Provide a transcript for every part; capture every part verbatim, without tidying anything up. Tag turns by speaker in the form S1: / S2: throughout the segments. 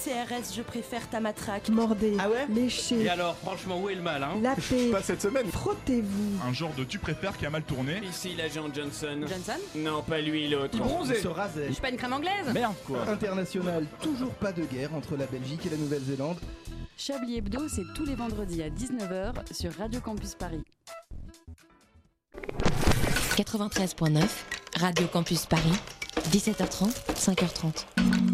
S1: C R S, je préfère ta matraque.
S2: Mordez,
S3: Ah ouais
S2: léchez,
S4: Et alors, franchement, où est le mal, hein?
S2: lapez,
S3: Pas cette semaine.
S2: frottez-vous.
S5: Un genre de tu préfères qui a mal tourné.
S4: Ici l'agent Johnson.
S6: Johnson?
S4: Non, pas lui, l'autre.
S3: Bronzé. Se rasait.
S6: Je suis pas une crème anglaise?
S5: Merde quoi.
S3: International, toujours pas de guerre entre la Belgique et la Nouvelle-Zélande.
S7: Chablis Hebdo, c'est tous les vendredis à dix-neuf heures sur Radio Campus Paris.
S8: quatre-vingt-treize neuf, Radio Campus Paris, dix-sept heures trente, cinq heures trente.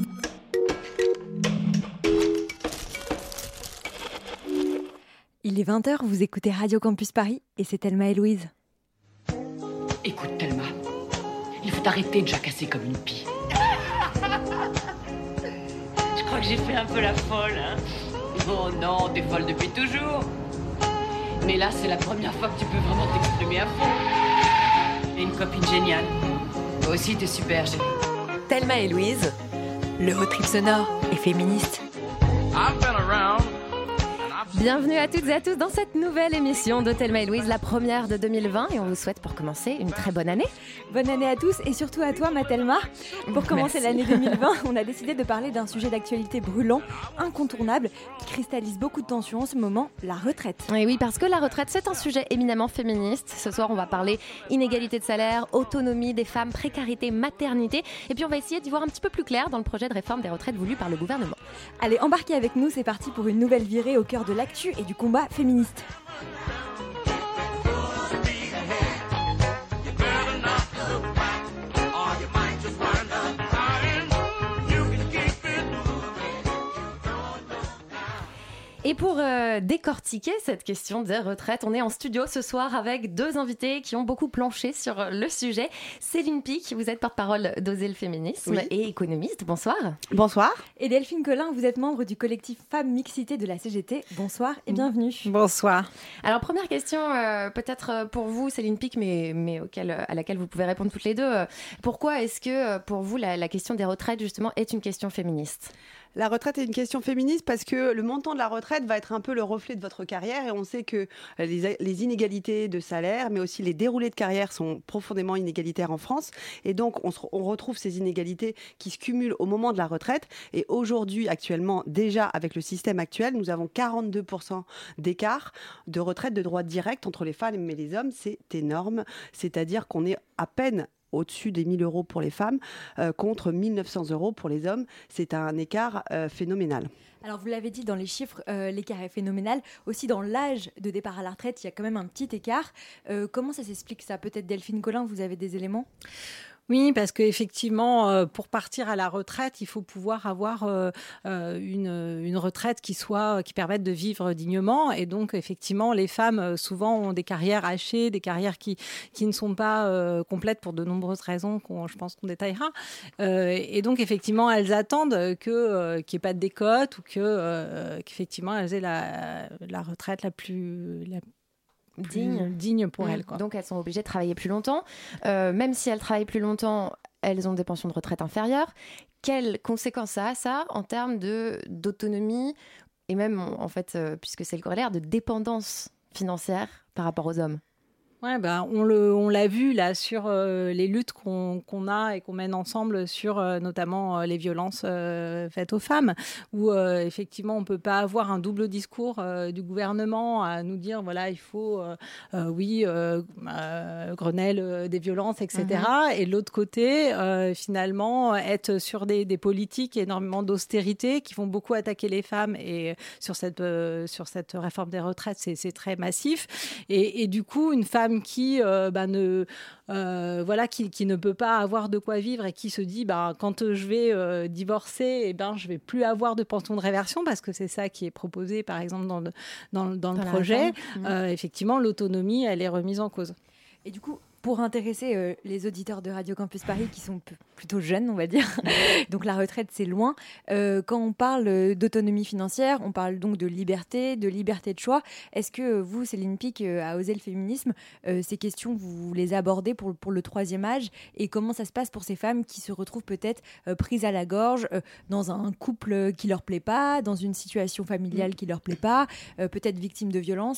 S9: Il est vingt heures, vous écoutez Radio Campus Paris et c'est Thelma et Louise.
S10: Écoute Thelma, il faut arrêter de jacasser comme une pie. Je crois que j'ai fait un peu la folle, hein. Oh non, t'es folle depuis toujours. Mais là, c'est la première fois que tu peux vraiment t'exprimer à fond. Et une copine géniale. Toi aussi, t'es super, chérie.
S9: Thelma et Louise, le road trip sonore et féministe.
S5: I've been around.
S9: Bienvenue à toutes et à tous dans cette nouvelle émission de Thelma et Louise, la première de deux mille vingt, et on vous souhaite pour commencer une très bonne année. Bonne année à tous et surtout à toi ma Thelma. Pour commencer l'année deux mille vingt, on a décidé de parler d'un sujet d'actualité brûlant, incontournable, qui cristallise beaucoup de tensions en ce moment, la retraite.
S11: Et oui, parce que la retraite c'est un sujet éminemment féministe. Ce soir on va parler inégalité de salaire, autonomie des femmes, précarité, maternité, et puis on va essayer d'y voir un petit peu plus clair dans le projet de réforme des retraites voulu par le gouvernement.
S9: Allez, embarquez avec nous, c'est parti pour une nouvelle virée au cœur de l'actu et du combat féministe.
S11: Et pour euh, décortiquer cette question des retraites, on est en studio ce soir avec deux invités qui ont beaucoup planché sur le sujet. Céline Pic, vous êtes porte-parole d'Oser le féminisme oui. et économiste. Bonsoir.
S12: Bonsoir.
S9: Et Delphine Collin, vous êtes membre du collectif Femmes Mixité de la C G T. Bonsoir et bienvenue.
S12: Bonsoir.
S11: Alors première question, euh, peut-être pour vous Céline Pic, mais, mais auquel, à laquelle vous pouvez répondre toutes les deux. Euh, pourquoi est-ce que pour vous la, la question des retraites justement est une question féministe ?
S12: La retraite est une question féministe parce que le montant de la retraite va être un peu le reflet de votre carrière et on sait que les, les inégalités de salaire, mais aussi les déroulés de carrière sont profondément inégalitaires en France et donc on, se, on retrouve ces inégalités qui se cumulent au moment de la retraite et aujourd'hui, actuellement, déjà avec le système actuel, nous avons quarante-deux pour cent d'écart de retraite de droit direct entre les femmes et les hommes. C'est énorme, c'est-à-dire qu'on est à peine au-dessus des mille euros pour les femmes, euh, contre mille neuf cents euros pour les hommes. C'est un écart euh, phénoménal.
S9: Alors vous l'avez dit, dans les chiffres, euh, l'écart est phénoménal. Aussi dans l'âge de départ à la retraite, il y a quand même un petit écart. Euh, comment ça s'explique ça ? Peut-être Delphine Collin, vous avez des éléments ?
S13: Oui, parce qu'effectivement, euh, pour partir à la retraite, il faut pouvoir avoir euh, une, une retraite qui soit, qui permette de vivre dignement. Et donc, effectivement, les femmes, souvent, ont des carrières hachées, des carrières qui, qui ne sont pas euh, complètes pour de nombreuses raisons, qu'on, je pense qu'on détaillera. Euh, et donc, effectivement, elles attendent que, euh, qu'il n'y ait pas de décote ou que, euh, qu'effectivement, elles aient la, la retraite la plus... La Digne. digne pour mmh. elles. Quoi.
S11: Donc elles sont obligées de travailler plus longtemps. Euh, même si elles travaillent plus longtemps, elles ont des pensions de retraite inférieures. Quelles conséquences ça a, ça, en termes de, d'autonomie et même, en fait, euh, puisque c'est le corollaire, de dépendance financière par rapport aux hommes ?
S13: Ouais, ben, on, le, on l'a vu là sur euh, les luttes qu'on, qu'on a et qu'on mène ensemble sur euh, notamment euh, les violences euh, faites aux femmes, où euh, effectivement on ne peut pas avoir un double discours euh, du gouvernement à nous dire voilà, il faut, euh, euh, oui, euh, euh, Grenelle euh, des violences, et cetera. Mm-hmm. Et de l'autre côté, euh, finalement, être sur des, des politiques énormément d'austérité qui vont beaucoup attaquer les femmes. Et sur cette, euh, sur cette réforme des retraites, c'est, c'est très massif. Et, et du coup, une femme qui euh, bah, ne euh, voilà qui, qui ne peut pas avoir de quoi vivre et qui se dit bah, quand je vais euh, divorcer et ben je vais plus avoir de pension de réversion parce que c'est ça qui est proposé par exemple dans le, dans, dans le projet euh, effectivement l'autonomie elle est remise en cause.
S9: Et du coup pour intéresser euh, les auditeurs de Radio Campus Paris qui sont p- plutôt jeunes, on va dire. Donc la retraite, c'est loin. Euh, quand on parle d'autonomie financière, on parle donc de liberté, de liberté de choix. Est-ce que vous, Céline Pic, euh, à Oser le féminisme, euh, ces questions, vous les abordez pour, pour le troisième âge ? Et comment ça se passe pour ces femmes qui se retrouvent peut-être euh, prises à la gorge euh, dans un couple qui leur plaît pas, dans une situation familiale qui leur plaît pas, euh, peut-être victimes de violences ?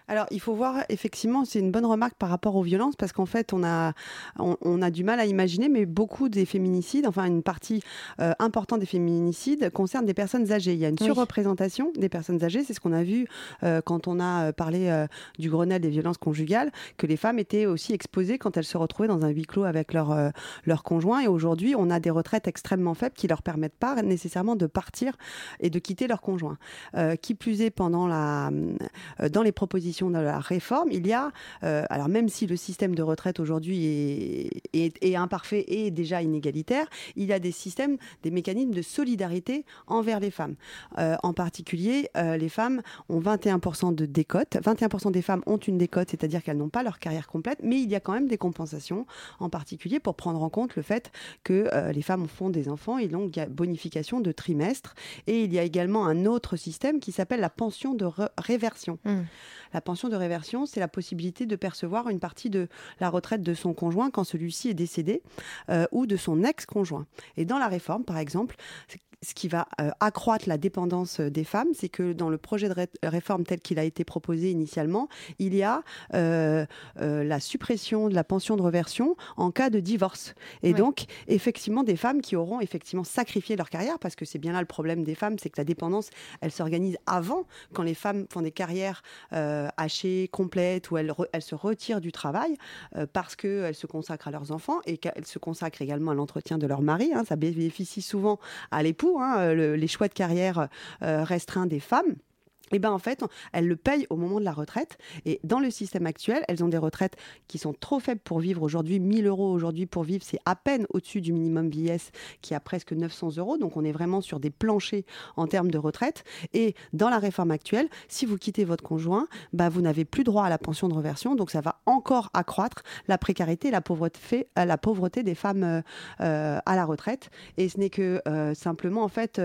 S12: Alors, il faut voir, effectivement, c'est une bonne remarque par rapport aux violences, parce qu'en fait, on a, on, on a du mal à imaginer, mais beaucoup des féminicides, enfin une partie euh, importante des féminicides concerne des personnes âgées. Il y a une
S11: Oui.
S12: surreprésentation des personnes âgées, c'est ce qu'on a vu euh, quand on a parlé euh, du Grenelle des violences conjugales, que les femmes étaient aussi exposées quand elles se retrouvaient dans un huis clos avec leur, euh, leur conjoint. Et aujourd'hui, on a des retraites extrêmement faibles qui leur permettent pas nécessairement de partir et de quitter leur conjoint. Euh, qui plus est, pendant la, euh, dans les propositions de la réforme, il y a, euh, alors même si le système de retraite aujourd'hui est, est, est imparfait et déjà inégalitaire, il y a des systèmes, des mécanismes de solidarité envers les femmes. Euh, en particulier, euh, les femmes ont vingt et un pour cent de décote. vingt et un pour cent des femmes ont une décote, c'est-à-dire qu'elles n'ont pas leur carrière complète, mais il y a quand même des compensations, en particulier pour prendre en compte le fait que euh, les femmes font des enfants et donc il y a bonification de trimestre. Et il y a également un autre système qui s'appelle la pension de re- réversion. Mmh. La pension de réversion, c'est la possibilité de percevoir une partie de la retraite de son conjoint quand celui-ci est décédé euh, ou de son ex-conjoint. Et dans la réforme, par exemple, ce qui va euh, accroître la dépendance des femmes, c'est que dans le projet de ré- réforme tel qu'il a été proposé initialement, il y a euh, euh, la suppression de la pension de réversion en cas de divorce. Et oui. donc, effectivement, des femmes qui auront effectivement sacrifié leur carrière, parce que c'est bien là le problème des femmes, c'est que la dépendance, elle s'organise avant, quand les femmes font des carrières euh, hachées, complètes, où elles, re- elles se retirent du travail euh, parce qu'elles se consacrent à leurs enfants et qu'elles se consacrent également à l'entretien de leur mari. Hein, ça bénéficie souvent à l'époux. Hein, le, les choix de carrière euh, restreints des femmes. Et ben en fait, elles le payent au moment de la retraite. Et dans le système actuel, elles ont des retraites qui sont trop faibles pour vivre aujourd'hui. mille euros aujourd'hui pour vivre, c'est à peine au-dessus du minimum vieillesse qui a presque neuf cents euros. Donc on est vraiment sur des planchers en termes de retraite. Et dans la réforme actuelle, si vous quittez votre conjoint, ben vous n'avez plus droit à la pension de réversion. Donc ça va encore accroître la précarité et la pauvreté, la pauvreté des femmes euh, à la retraite. Et ce n'est que euh, simplement, en fait,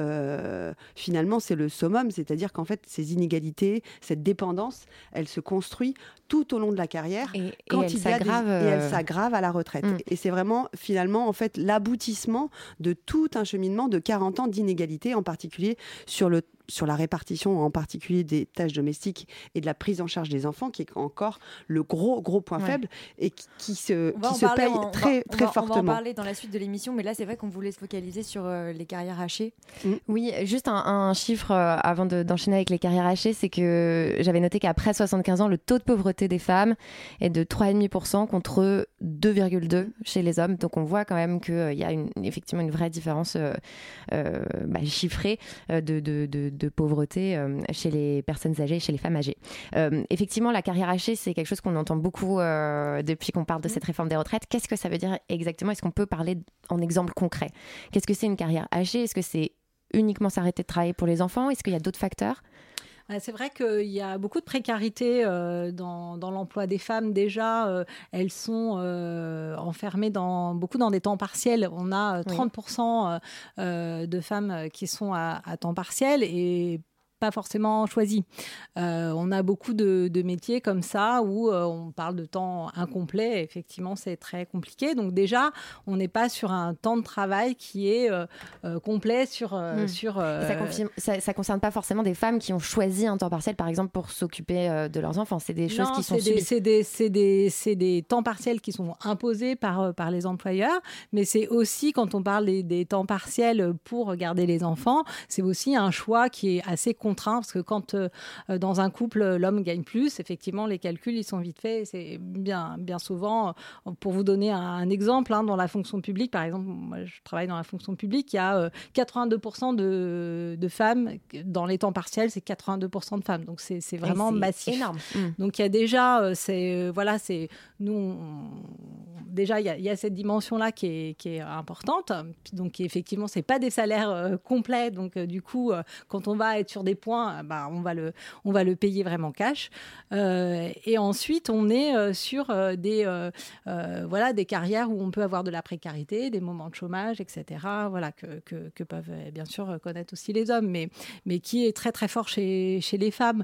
S12: euh, finalement, c'est le summum. C'est-à-dire qu'en En fait, ces inégalités, cette dépendance, elle se construit tout au long de la carrière
S11: et,
S12: quand
S11: et elle
S12: il y a
S11: s'aggrave,
S12: des, et elle s'aggrave à la retraite. Mmh. Et c'est vraiment, finalement, en fait, l'aboutissement de tout un cheminement de quarante ans d'inégalité, en particulier sur le sur la répartition, en particulier des tâches domestiques et de la prise en charge des enfants, qui est encore le gros, gros point ouais. faible et qui, qui se, qui se paye
S9: en,
S12: très,
S9: on va,
S12: très
S9: on va,
S12: fortement.
S9: On va en parler dans la suite de l'émission, mais là, c'est vrai qu'on voulait se focaliser sur euh, les carrières hachées.
S11: Mmh. Oui, juste un, un chiffre euh, avant de, d'enchaîner avec les carrières hachées, c'est que j'avais noté qu'après soixante-quinze ans, le taux de pauvreté des femmes est de trois virgule cinq pour cent contre deux virgule deux pour cent chez les hommes. Donc on voit quand même qu'il euh, y a une, effectivement une vraie différence euh, euh, bah, chiffrée euh, de, de, de, de pauvreté chez les personnes âgées, chez les femmes âgées. Euh, effectivement, la carrière hachée, c'est quelque chose qu'on entend beaucoup euh, depuis qu'on parle de cette réforme des retraites. Qu'est-ce que ça veut dire exactement ? Est-ce qu'on peut parler en exemple concret ? Qu'est-ce que c'est une carrière hachée ? Est-ce que c'est uniquement s'arrêter de travailler pour les enfants ? Est-ce qu'il y a d'autres facteurs ?
S13: C'est vrai qu'il y a beaucoup de précarité euh, dans, dans l'emploi des femmes. Déjà, euh, elles sont euh, enfermées dans, beaucoup dans des temps partiels. On a trente pour cent euh, de femmes qui sont à, à temps partiel et pas forcément choisi. Euh, on a beaucoup de, de métiers comme ça où euh, on parle de temps incomplet. Effectivement, c'est très compliqué. Donc déjà, on n'est pas sur un temps de travail qui est euh, euh, complet sur... Euh, mmh. sur euh...
S11: ça, confirme, ça, ça concerne pas forcément des femmes qui ont choisi un temps partiel, par exemple, pour s'occuper euh, de leurs enfants. C'est des choses
S13: non,
S11: qui sont
S13: c'est des, c'est, des, c'est, des, c'est des temps partiels qui sont imposés par, par les employeurs. Mais c'est aussi, quand on parle des, des temps partiels pour garder les enfants, c'est aussi un choix qui est assez contraint, parce que quand euh, dans un couple l'homme gagne plus, effectivement les calculs ils sont vite faits. C'est bien, bien souvent, pour vous donner un, un exemple, hein, dans la fonction publique par exemple, moi je travaille dans la fonction publique, il y a euh, quatre-vingt-deux pour cent de, de femmes dans les temps partiels, c'est quatre-vingt-deux pour cent de femmes, donc c'est, c'est vraiment c'est massif,
S11: énorme. Mmh.
S13: Donc il y a déjà euh, c'est euh, voilà c'est nous on, déjà il y, y a cette dimension là qui est, qui est importante. Donc effectivement c'est pas des salaires euh, complets, donc euh, du coup euh, quand on va être sur des points, bah, on, va le, on va le payer vraiment cash. Euh, et ensuite, on est euh, sur euh, des, euh, euh, voilà, des carrières où on peut avoir de la précarité, des moments de chômage, et cetera. Voilà, que, que, que peuvent bien sûr connaître aussi les hommes, mais, mais qui est très très fort chez, chez les femmes.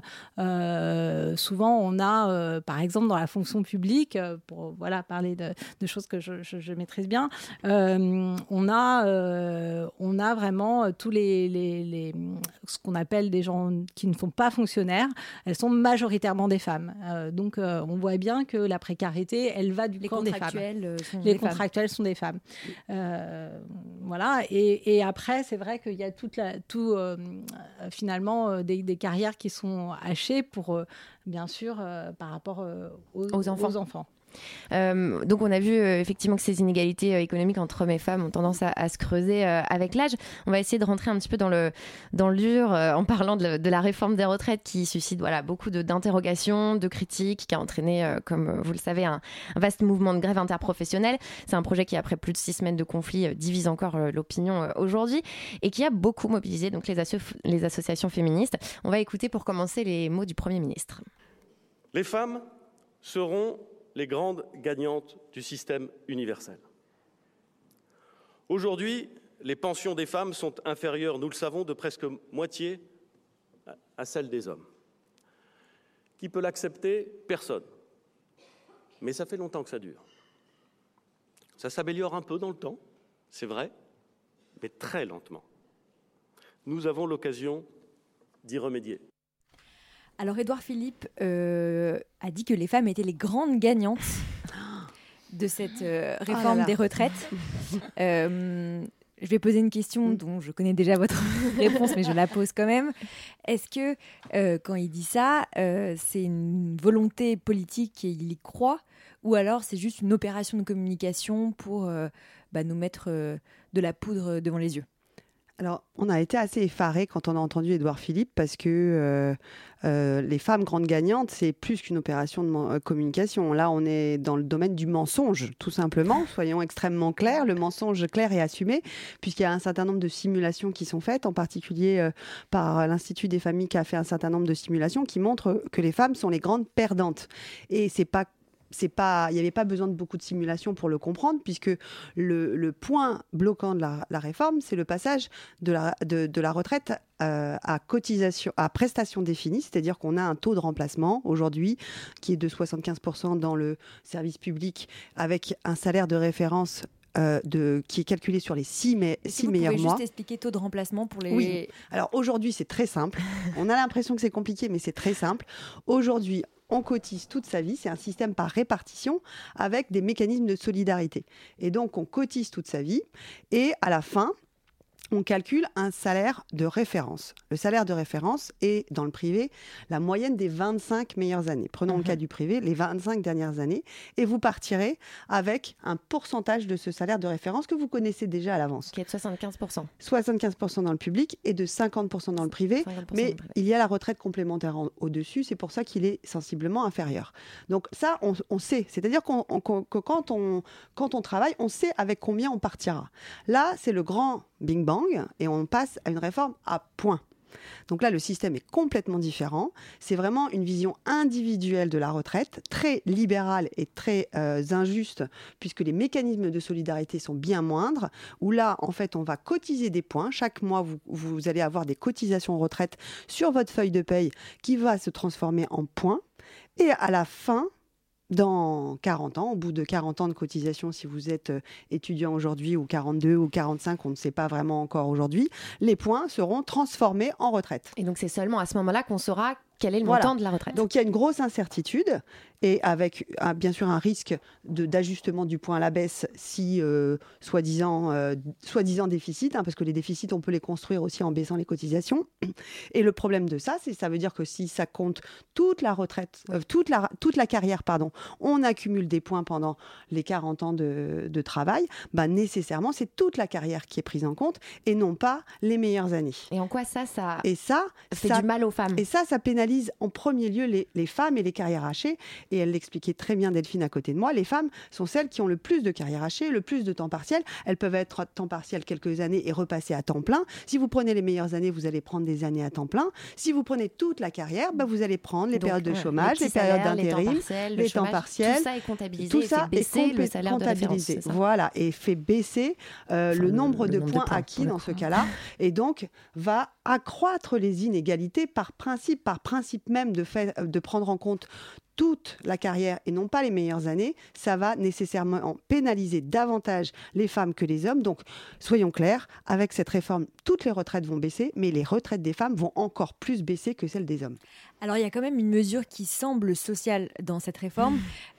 S13: Euh, souvent, on a, euh, par exemple, dans la fonction publique, pour voilà, parler de, de choses que je, je, je maîtrise bien, euh, on, a, euh, on a vraiment tous les, les, les, ce qu'on appelle déjà gens qui ne sont pas fonctionnaires, elles sont majoritairement des femmes. Euh, donc, euh, on voit bien que la précarité, elle va du
S9: Les
S13: camp des femmes.
S9: contractuels sont
S13: Les
S9: des femmes.
S13: contractuels sont des femmes. Euh, voilà. Et, et après, c'est vrai qu'il y a toute la, tout, euh, finalement, euh, des, des carrières qui sont hachées pour, euh, bien sûr, euh, par rapport euh, aux,
S11: Aux enfants.
S13: aux enfants.
S11: Euh, donc on a vu euh, effectivement que ces inégalités euh, économiques entre hommes et femmes ont tendance à, à se creuser euh, avec l'âge. On va essayer de rentrer un petit peu dans le, dans le dur euh, en parlant de, de la réforme des retraites qui suscite voilà, beaucoup de, d'interrogations, de critiques, qui a entraîné, euh, comme vous le savez, un, un vaste mouvement de grève interprofessionnelle. C'est un projet qui, après plus de six semaines de conflit, euh, divise encore euh, l'opinion euh, aujourd'hui et qui a beaucoup mobilisé donc, les, asso- les associations féministes. On va écouter pour commencer les mots du Premier ministre.
S2: Les femmes seront les grandes gagnantes du système universel. Aujourd'hui, les pensions des femmes sont inférieures, nous le savons, de presque moitié à celles des hommes. Qui peut l'accepter ? Personne. Mais ça fait longtemps que ça dure. Ça s'améliore un peu dans le temps, c'est vrai, mais très lentement. Nous avons l'occasion d'y remédier.
S9: Alors, Édouard Philippe euh, a dit que les femmes étaient les grandes gagnantes de cette euh, réforme
S12: oh là là.
S9: des retraites. Euh, je vais poser une question dont je connais déjà votre réponse, mais je la pose quand même. Est-ce que, euh, quand il dit ça, euh, c'est une volonté politique et il y croit, ou alors c'est juste une opération de communication pour euh, bah, nous mettre euh, de la poudre devant les yeux ?
S12: Alors, on a été assez effarés quand on a entendu Édouard Philippe parce que euh, euh, les femmes grandes gagnantes, c'est plus qu'une opération de man- communication. Là, on est dans le domaine du mensonge, tout simplement. Soyons extrêmement clairs, le mensonge clair et assumé, puisqu'il y a un certain nombre de simulations qui sont faites, en particulier euh, par l'Institut des familles qui a fait un certain nombre de simulations qui montrent que les femmes sont les grandes perdantes. Et c'est pas C'est pas, il n'y avait pas besoin de beaucoup de simulations pour le comprendre, puisque le, le point bloquant de la, la réforme, c'est le passage de la, de, de la retraite euh, à cotisation, à prestation définie, c'est-à-dire qu'on a un taux de remplacement aujourd'hui qui est de soixante-quinze pour cent dans le service public, avec un salaire de référence Euh, de, qui est calculé sur les six, me- six
S9: vous
S12: meilleurs
S9: pouvez
S12: mois.
S9: juste expliquer taux de remplacement pour les...
S12: Oui. Alors aujourd'hui, c'est très simple. On a l'impression que c'est compliqué, mais c'est très simple. Aujourd'hui, on cotise toute sa vie. C'est un système par répartition avec des mécanismes de solidarité. Et donc, on cotise toute sa vie. Et à la fin, on calcule un salaire de référence. Le salaire de référence est, dans le privé, la moyenne des vingt-cinq meilleures années. Prenons mmh. le cas du privé, les vingt-cinq dernières années, et vous partirez avec un pourcentage de ce salaire de référence que vous connaissez déjà à l'avance.
S11: Qui est de soixante-quinze pour cent.
S12: soixante-quinze pour cent dans le public et de cinquante pour cent dans le privé. Mais le privé. Il y a la retraite complémentaire en, au-dessus, c'est pour ça qu'il est sensiblement inférieur. Donc ça, on, on sait. C'est-à-dire qu'on, on, que quand on, quand on travaille, on sait avec combien on partira. Là, c'est le grand bing bang et on passe à une réforme à points. Donc là, le système est complètement différent. C'est vraiment une vision individuelle de la retraite, très libérale et très euh, injuste, puisque les mécanismes de solidarité sont bien moindres, où là, en fait, on va cotiser des points. Chaque mois, vous, vous allez avoir des cotisations retraite sur votre feuille de paye qui va se transformer en points. Et à la fin, dans quarante ans, au bout de quarante ans de cotisation, si vous êtes étudiant aujourd'hui, ou quarante-deux ou quarante-cinq, on ne sait pas vraiment encore aujourd'hui, les points seront transformés en retraite.
S11: Et donc c'est seulement à ce moment-là qu'on saura quel est le montant
S12: voilà.
S11: de la retraite.
S12: Donc il y a une grosse incertitude et avec un, bien sûr un risque de, d'ajustement du point à la baisse si euh, soi-disant, euh, soi-disant déficit, hein, parce que les déficits on peut les construire aussi en baissant les cotisations. Et le problème de ça, c'est ça veut dire que si ça compte toute la retraite, euh, toute la toute la carrière, pardon, on accumule des points pendant les quarante ans de, de travail, bah nécessairement c'est toute la carrière qui est prise en compte et non pas les meilleures années.
S11: Et en quoi ça, ça
S12: et ça
S11: fait
S12: ça,
S11: du mal aux femmes.
S12: Et ça, ça pénalise en premier lieu les, les femmes et les carrières hachées. Et elle l'expliquait très bien, Delphine, à côté de moi. Les femmes sont celles qui ont le plus de carrières hachées, le plus de temps partiel. Elles peuvent être à temps partiel quelques années et repasser à temps plein. Si vous prenez les meilleures années, vous allez prendre des années à temps plein. Si vous prenez toute la carrière, bah, vous allez prendre les Donc, périodes de ouais, chômage, les, les périodes salaires, d'intérim, les temps partiels, les temps partiels.
S11: Tout ça est comptabilisé
S12: tout
S11: et
S12: ça
S11: fait baisser
S12: est compé-
S11: le salaire
S12: comptabilisé.
S11: de référence.
S12: Voilà, et fait baisser euh, enfin, le, le nombre de
S11: nombre
S12: points
S11: de points,
S12: acquis dans ce cas-là. Et donc, va accroître les inégalités par principe, par principe même de, fait, de prendre en compte toute la carrière et non pas les meilleures années, ça va nécessairement pénaliser davantage les femmes que les hommes. Donc, soyons clairs, avec cette réforme, toutes les retraites vont baisser, mais les retraites des femmes vont encore plus baisser que celles des hommes.
S9: Alors, il y a quand même une mesure qui semble sociale dans cette réforme.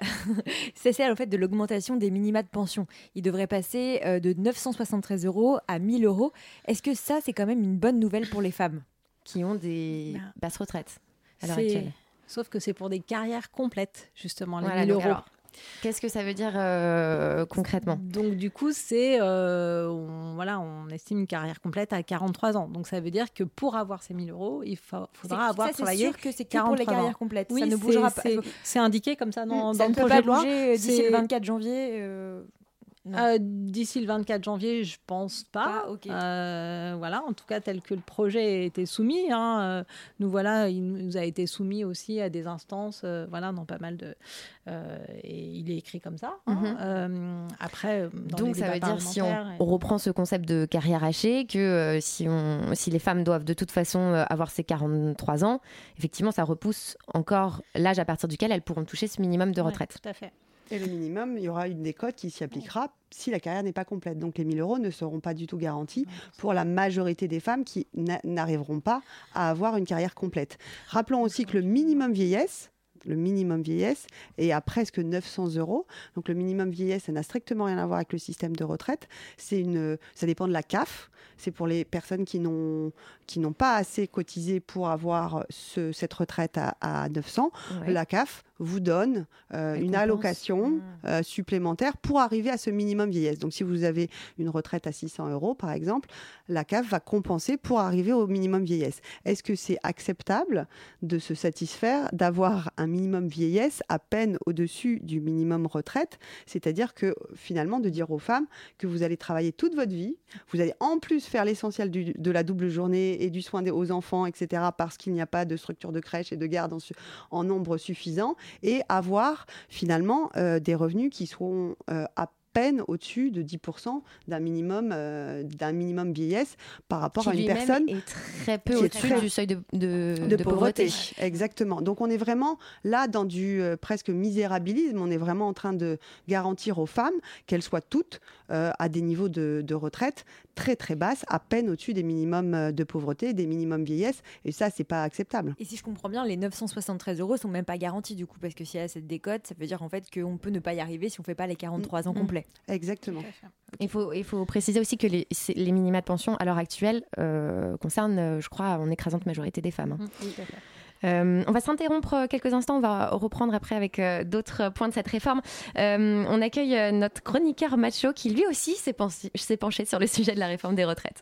S9: C'est celle en fait, de l'augmentation des minima de pension. Il devrait passer euh, de neuf cent soixante-treize euros à mille euros. Est-ce que ça, c'est quand même une bonne nouvelle pour les femmes
S11: qui ont des basses retraites à l'heure
S13: C'est...
S11: actuelle?
S13: Sauf que c'est pour des carrières complètes, justement, les
S11: Voilà,
S13: mille
S11: donc
S13: euros.
S11: alors, qu'est-ce que ça veut dire euh, concrètement?
S13: Donc du coup, c'est euh, on, voilà, on estime une carrière complète à quarante-trois ans. Donc ça veut dire que pour avoir ces mille euros, il fa- faudra
S9: C'est-
S13: avoir
S9: ça, c'est
S13: travaillé
S9: sûr que c'est que
S13: quarante-trois
S9: pour les carrières
S13: ans.
S9: complètes.
S13: Oui,
S9: Ça ne
S13: c'est-
S9: bougera pas.
S13: C'est, c'est indiqué comme ça dans,
S9: Mmh,
S13: dans
S9: ça
S13: le
S9: ne peut
S13: projet
S9: pas
S13: de loi.
S9: bouger d'ici
S13: C'est-
S9: le vingt-quatre janvier. Euh...
S13: Euh, d'ici le vingt-quatre janvier, je pense pas.
S9: Ah, ok.
S13: Euh, voilà, en tout cas tel que le projet a été soumis. Hein, euh, nous voilà, il nous a été soumis aussi à des instances, euh, voilà, dans pas mal de. Euh, et il est écrit comme ça. Hein,
S11: Mhm.
S13: euh, après, dans
S11: Donc
S13: les
S11: ça
S13: débats
S11: veut dire si on,
S13: parlementaires et-
S11: on reprend ce concept de carrière hachée, que euh, si, on, si les femmes doivent de toute façon euh, avoir ces quarante-trois ans, effectivement ça repousse encore l'âge à partir duquel elles pourront toucher ce minimum de
S13: Ouais,
S11: retraite.
S13: tout à fait.
S12: Et le minimum, il y aura une décote qui s'y appliquera si la carrière n'est pas complète. Donc les mille euros ne seront pas du tout garantis pour la majorité des femmes qui n'a- n'arriveront pas à avoir une carrière complète. Rappelons aussi que le minimum vieillesse, le minimum vieillesse est à presque neuf cents euros. Donc le minimum vieillesse, ça n'a strictement rien à voir avec le système de retraite. C'est une, ça dépend de la C A F. C'est pour les personnes qui n'ont, qui n'ont pas assez cotisé pour avoir ce, cette retraite à, à neuf cents.
S11: Ouais.
S12: La C A F vous donne euh, une
S9: compense.
S12: allocation
S9: Mmh.
S12: euh, supplémentaire pour arriver à ce minimum vieillesse. Donc si vous avez une retraite à six cents euros, par exemple, la C A F va compenser pour arriver au minimum vieillesse. Est-ce que c'est acceptable de se satisfaire d'avoir un minimum vieillesse à peine au-dessus du minimum retraite? C'est-à-dire que finalement de dire aux femmes que vous allez travailler toute votre vie, vous allez en plus faire l'essentiel du- de la double journée et du soin des, aux enfants, et cetera, parce qu'il n'y a pas de structure de crèche et de garde en, su- en nombre suffisant, et avoir finalement euh, des revenus qui seront euh, à peine au-dessus de dix pour cent d'un minimum, euh, d'un minimum vieillesse par rapport
S11: Qui
S12: à une
S11: lui-même
S12: personne
S11: est très peu
S12: qui est
S11: au-dessus
S12: très-
S11: du seuil de, de,
S12: de,
S11: de
S12: pauvreté.
S11: pauvreté.
S12: Exactement. Donc on est vraiment là dans du euh, presque misérabilisme. On est vraiment en train de garantir aux femmes qu'elles soient toutes euh, à des niveaux de, de retraite très très basses, à peine au-dessus des minimums euh, de pauvreté, des minimums vieillesse. Et ça, c'est pas acceptable.
S9: Et si je comprends bien, les neuf cent soixante-treize euros sont même pas garantis du coup, parce que s'il y a cette décote, ça veut dire en fait qu'on peut ne pas y arriver si on fait pas les quarante-trois ans
S11: Mm.
S9: complets.
S12: Exactement.
S11: Il faut, il faut préciser aussi que les, c'est- les minima de pension à l'heure actuelle euh, concernent, euh, je crois, en écrasante majorité des femmes. hein.
S13: Tout à fait.
S11: Euh, on va s'interrompre quelques instants, on va reprendre après avec euh, d'autres points de cette réforme. Euh, on accueille euh, notre chroniqueur macho qui lui aussi s'est, penché, s'est penché sur le sujet de la réforme des retraites.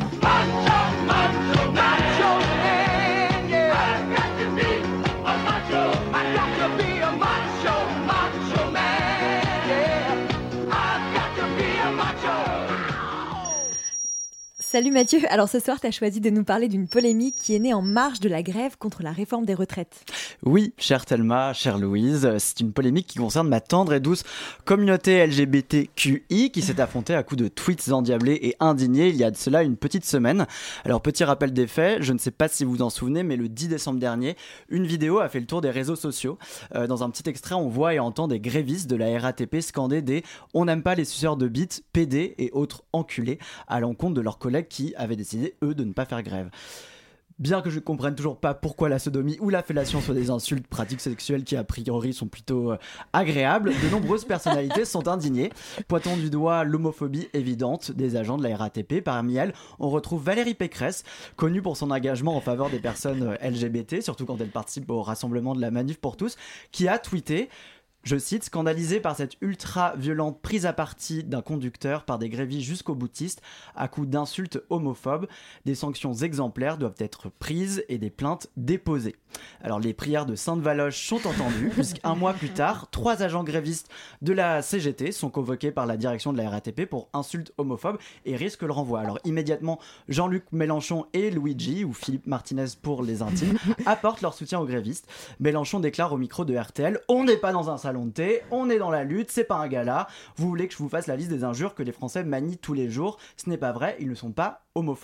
S9: Salut Mathieu, alors ce soir tu as choisi de nous parler d'une polémique qui est née en marge de la grève contre la réforme des retraites.
S6: Oui, chère Thelma, chère Louise, c'est une polémique qui concerne ma tendre et douce communauté L G B T Q I qui s'est affrontée à coups de tweets endiablés et indignés il y a de cela une petite semaine. Alors petit rappel des faits, je ne sais pas si vous vous en souvenez, mais le dix décembre dernier, une vidéo a fait le tour des réseaux sociaux. Euh, dans un petit extrait, on voit et entend des grévistes de la R A T P scander des « On n'aime pas les suceurs de bites, P D et autres enculés » à l'encontre de leurs collègues qui avaient décidé, eux, de ne pas faire grève. Bien que je ne comprenne toujours pas pourquoi la sodomie ou la fellation soient des insultes, pratiques sexuelles qui a priori sont plutôt euh, agréables, de nombreuses personnalités sont indignées, pointant du doigt l'homophobie évidente des agents de la R A T P. Parmi elles, on retrouve Valérie Pécresse, connue pour son engagement en faveur des personnes euh, L G B T, surtout quand elle participe au rassemblement de la Manif pour tous, qui a tweeté... Je cite, scandalisé par cette ultra-violente prise à partie d'un conducteur par des grévistes jusqu'au boutiste à coups d'insultes homophobes, des sanctions exemplaires doivent être prises et des plaintes déposées. Alors les prières de Sainte-Valoche sont entendues, puisqu'un mois plus tard, trois agents grévistes de la C G T sont convoqués par la direction de la R A T P pour insultes homophobes et risquent le renvoi. Alors immédiatement, Jean-Luc Mélenchon et Luigi, ou Philippe Martinez pour les intimes, apportent leur soutien aux grévistes. Mélenchon déclare au micro de R T L « On n'est pas dans un salon de thé, on est dans la lutte, c'est pas un gala. Vous voulez que je vous fasse la liste des injures que les Français manient tous les jours. Ce n'est pas vrai, ils ne sont pas homophobes. »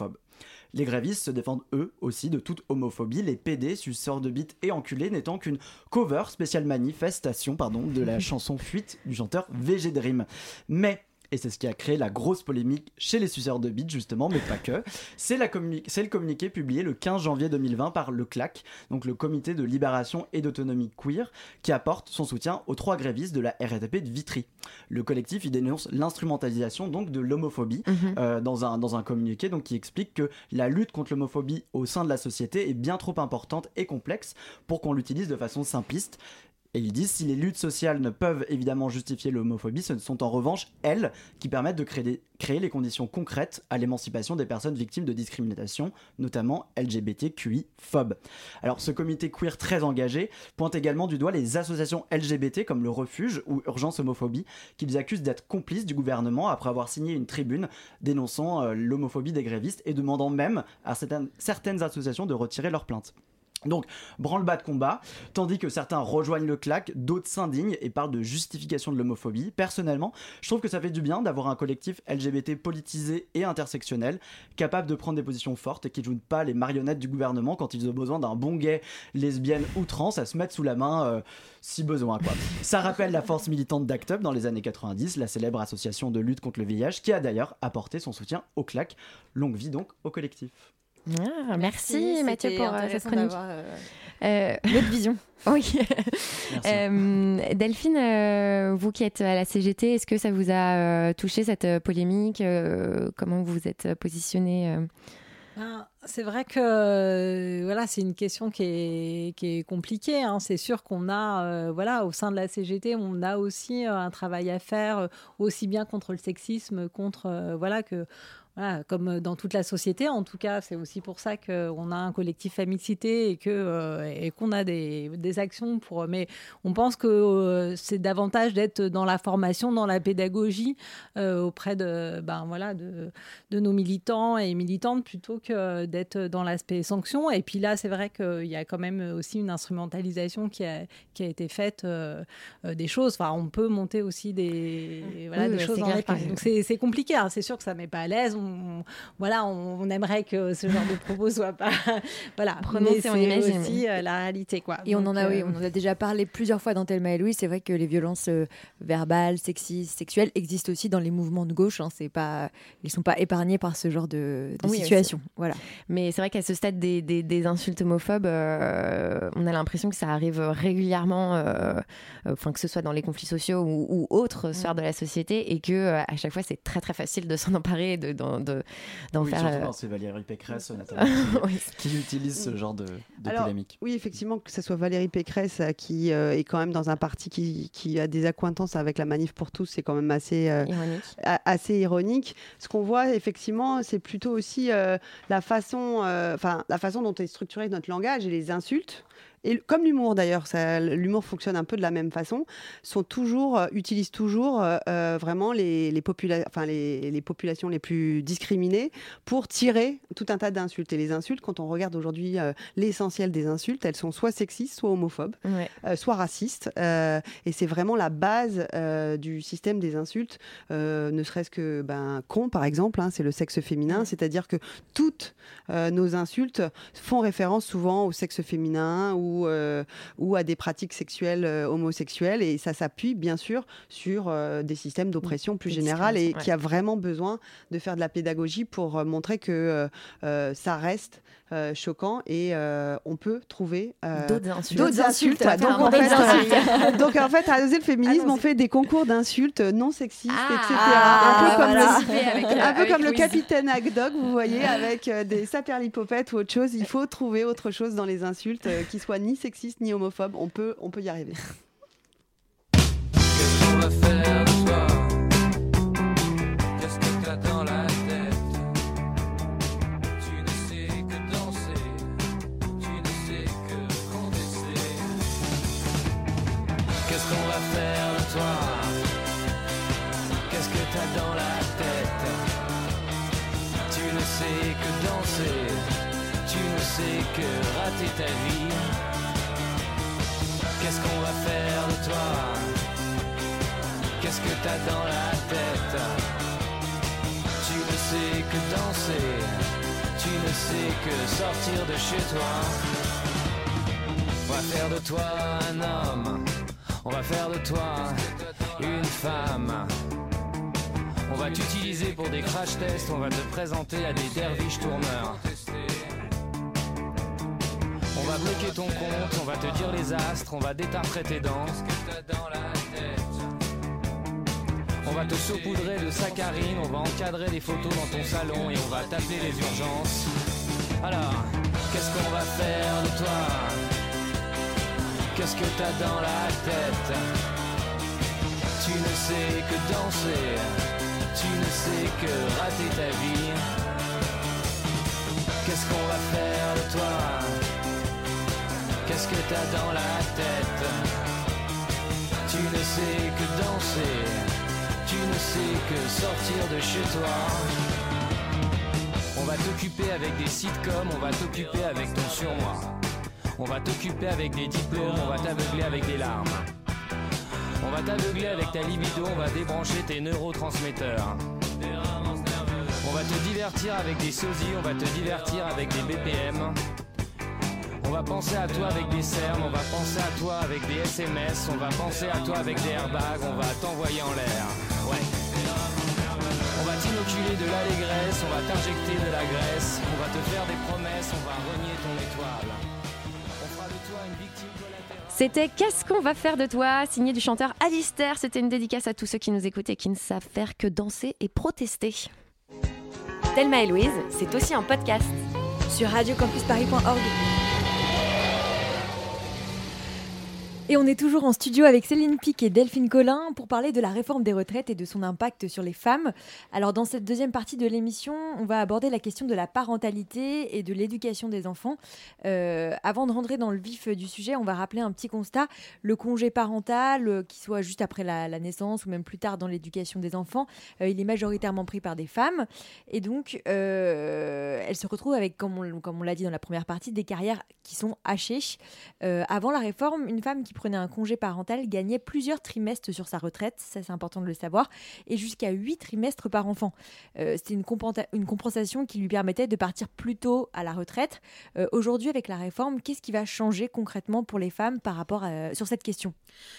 S6: Les grévistes se défendent eux aussi de toute homophobie, les P D, suceurs de bites et enculés n'étant qu'une cover spéciale manifestation pardon, de la chanson Fuite du chanteur V G Dream. Mais et c'est ce qui a créé la grosse polémique chez les suceurs de bites justement, mais pas que. C'est, la communi- c'est le communiqué publié le quinze janvier deux mille vingt par le C L A C, donc le Comité de Libération et d'Autonomie Queer, qui apporte son soutien aux trois grévistes de la R A T P de Vitry. Le collectif y dénonce l'instrumentalisation donc de l'homophobie mmh. euh, dans, un, dans un communiqué donc, qui explique que la lutte contre l'homophobie au sein de la société est bien trop importante et complexe pour qu'on l'utilise de façon simpliste. Et ils disent, si les luttes sociales ne peuvent évidemment justifier l'homophobie, ce sont en revanche elles qui permettent de créer, des, créer les conditions concrètes à l'émancipation des personnes victimes de discrimination, notamment L G B T Q I-phobes. Alors ce comité queer très engagé pointe également du doigt les associations L G B T comme le Refuge ou Urgence Homophobie, qu'ils accusent d'être complices du gouvernement après avoir signé une tribune dénonçant euh, l'homophobie des grévistes et demandant même à certaines, certaines associations de retirer leurs plaintes. Donc, branle-bas de combat, tandis que certains rejoignent le C L A C, d'autres s'indignent et parlent de justification de l'homophobie. Personnellement, je trouve que ça fait du bien d'avoir un collectif L G B T politisé et intersectionnel, capable de prendre des positions fortes et qui ne jouent pas les marionnettes du gouvernement quand ils ont besoin d'un bon gay, lesbienne ou trans à se mettre sous la main euh, si besoin, quoi. Ça rappelle la force militante d'Act Up dans les années quatre-vingt-dix, la célèbre association de lutte contre le V I H, qui a d'ailleurs apporté son soutien au C L A C. Longue vie donc au collectif.
S11: Ah, merci, merci Mathieu pour cette chronique.
S9: Euh,
S11: euh,
S9: Notre vision.
S11: Oui. euh, Delphine, euh, vous qui êtes à la C G T, est-ce que ça vous a euh, touché cette euh, polémique euh, Comment vous vous êtes positionnée euh
S13: Ah, c'est vrai que euh, voilà, c'est une question qui est, qui est compliquée. Hein. C'est sûr qu'on a, euh, voilà, au sein de la C G T, on a aussi euh, un travail à faire, euh, aussi bien contre le sexisme, contre, euh, voilà, que... Voilà, comme dans toute la société, en tout cas, c'est aussi pour ça qu'on a un collectif Amicité et, que, euh, et qu'on a des, des actions pour... Mais on pense que euh, c'est davantage d'être dans la formation, dans la pédagogie euh, auprès de, ben, voilà, de, de nos militants et militantes plutôt que d'être dans l'aspect sanction. Et puis là, c'est vrai qu'il y a quand même aussi une instrumentalisation qui a, qui a été faite euh, euh, des choses. Enfin, on peut monter aussi des, voilà,
S11: oui,
S13: des
S11: ouais,
S13: choses
S11: c'est
S13: en
S11: clair
S13: épingle.
S11: que...
S13: Donc c'est, c'est compliqué. Hein. C'est sûr que ça ne met pas à l'aise. On, On, voilà, on, on aimerait que ce genre de propos soit pas, voilà,
S11: prononcé,
S13: mais
S11: on
S13: c'est
S11: imagine.
S13: aussi euh, la réalité, quoi.
S9: Et
S13: Donc,
S9: on en a,
S13: euh...
S9: oui, on en a déjà parlé plusieurs fois dans Thelma et Louise. C'est vrai que les violences euh, verbales, sexistes, sexuelles existent aussi dans les mouvements de gauche. Hein. C'est pas, ils sont pas épargnés par ce genre de, de
S11: oui,
S9: situation.
S11: Aussi.
S9: Voilà.
S11: Mais c'est vrai qu'à ce stade des, des, des insultes homophobes, euh, on a l'impression que ça arrive régulièrement, euh, enfin que ce soit dans les conflits sociaux ou, ou autres sphères de la société, et que euh, à chaque fois c'est très très facile de s'en emparer, de, de, de d'en
S6: oui,
S11: faire.
S6: Surtout quand c'est Valérie Pécresse, notamment, qui, oui. qui utilise ce genre de, de
S12: Alors,
S6: polémique.
S12: Oui, effectivement, que ce soit Valérie Pécresse qui euh, est quand même dans un parti qui, qui a des accointances avec la Manif pour tous, c'est quand même assez, euh,
S11: ironique.
S12: A, assez ironique. Ce qu'on voit, effectivement, c'est plutôt aussi euh, la façon, euh, la façon dont est structuré notre langage et les insultes. Et comme l'humour d'ailleurs, ça, l'humour fonctionne un peu de la même façon, sont toujours, euh, utilisent toujours euh, vraiment les, les, popula- enfin, les, les populations les plus discriminées pour tirer tout un tas d'insultes. Et les insultes, quand on regarde aujourd'hui euh, l'essentiel des insultes, elles sont soit sexistes, soit homophobes,
S11: ouais.
S12: euh, soit racistes. Euh, et c'est vraiment la base euh, du système des insultes, euh, ne serait-ce que ben, con par exemple, hein, c'est le sexe féminin, ouais. C'est-à-dire que toutes euh, nos insultes font référence souvent au sexe féminin ou Ou, euh, ou à des pratiques sexuelles euh, homosexuelles, et ça s'appuie bien sûr sur euh, des systèmes d'oppression plus générales et ouais. qui a vraiment besoin de faire de la pédagogie pour euh, montrer que euh, euh, ça reste euh, choquant et euh, on peut trouver euh,
S11: d'autres insultes.
S12: D'autres insultes.
S11: insultes.
S12: Donc, en fait, euh, donc en fait, à Oser le féminisme,
S11: ah non,
S12: on fait des concours d'insultes non sexistes,
S11: ah,
S12: et cetera.
S11: Ah,
S12: un peu comme
S11: voilà.
S12: le,
S11: avec,
S12: un peu
S11: avec
S12: comme le
S11: Louise.
S12: capitaine Hackdog, vous voyez, avec euh, des saperlipopettes ou autre chose. Il faut trouver autre chose dans les insultes euh, qui soient ni sexiste ni homophobe, on peut, on peut y arriver.
S14: Qu'est-ce qu'on va faire de toi ? Qu'est-ce que t'as dans la tête ? Tu ne sais que danser, tu ne sais que confesser. Qu'est-ce qu'on va faire de toi ? Qu'est-ce que t'as dans la tête ? Tu ne sais que danser, tu ne sais que rater ta vie. Qu'est-ce qu'on va faire de toi ? Qu'est-ce que t'as dans la tête ? Tu ne sais que danser, tu tu ne sais que sortir de chez toi. On va faire de toi un homme, on va faire de toi une femme. On va t'utiliser pour des crash tests, on va te présenter à des derviches tourneurs. On va bloquer ton compte, on va te dire les astres, on va détartrer tes dents. On va te saupoudrer de saccharine, on va encadrer les photos dans ton salon et on va t'appeler les urgences. Alors, qu'est-ce qu'on va faire de toi? Qu'est-ce que t'as dans la tête? Tu ne sais que danser, tu ne sais que rater ta vie. Qu'est-ce qu'on va faire de toi? Qu'est-ce que t'as dans la tête? Tu ne sais que danser, tu ne sais que sortir de chez toi. On va t'occuper avec des sitcoms, on va t'occuper avec ton surmoi. On va t'occuper avec des diplômes, on va t'aveugler avec des larmes. On va t'aveugler avec ta libido, on va débrancher tes neurotransmetteurs. On va te divertir avec des sosies, on va te divertir avec des B P M. On va penser à toi avec des cernes, on va penser à toi avec des S M S, on va penser à toi avec des airbags, on va t'envoyer en l'air. Ouais. On va t'inoculer de l'allégresse, on va t'injecter de la graisse, on va te faire des promesses, on va renier ton étoile. On fera de toi une victime collatérale.
S11: C'était Qu'est-ce qu'on va faire de toi, signé du chanteur Alistair. C'était une dédicace à tous ceux qui nous écoutent et qui ne savent faire que danser et protester.
S9: Thelma et Louise, c'est aussi un podcast sur radio campus paris point org. Et on est toujours en studio avec Céline Pic et Delphine Collin pour parler de la réforme des retraites et de son impact sur les femmes. Alors dans cette deuxième partie de l'émission, on va aborder la question de la parentalité et de l'éducation des enfants. Euh, avant de rentrer dans le vif du sujet, on va rappeler un petit constat. Le congé parental, euh, qu'il soit juste après la, la naissance ou même plus tard dans l'éducation des enfants, euh, il est majoritairement pris par des femmes. Et donc, euh, elles se retrouvent avec, comme on, comme on l'a dit dans la première partie, des carrières qui sont hachées. Euh, avant la réforme, une femme qui prenait un congé parental gagnait plusieurs trimestres sur sa retraite, ça c'est important de le savoir, et jusqu'à huit trimestres par enfant. Euh, c'était une, compensa- une compensation qui lui permettait de partir plus tôt à la retraite. Euh, aujourd'hui, avec la réforme, qu'est-ce qui va changer concrètement pour les femmes par rapport à, sur cette question ?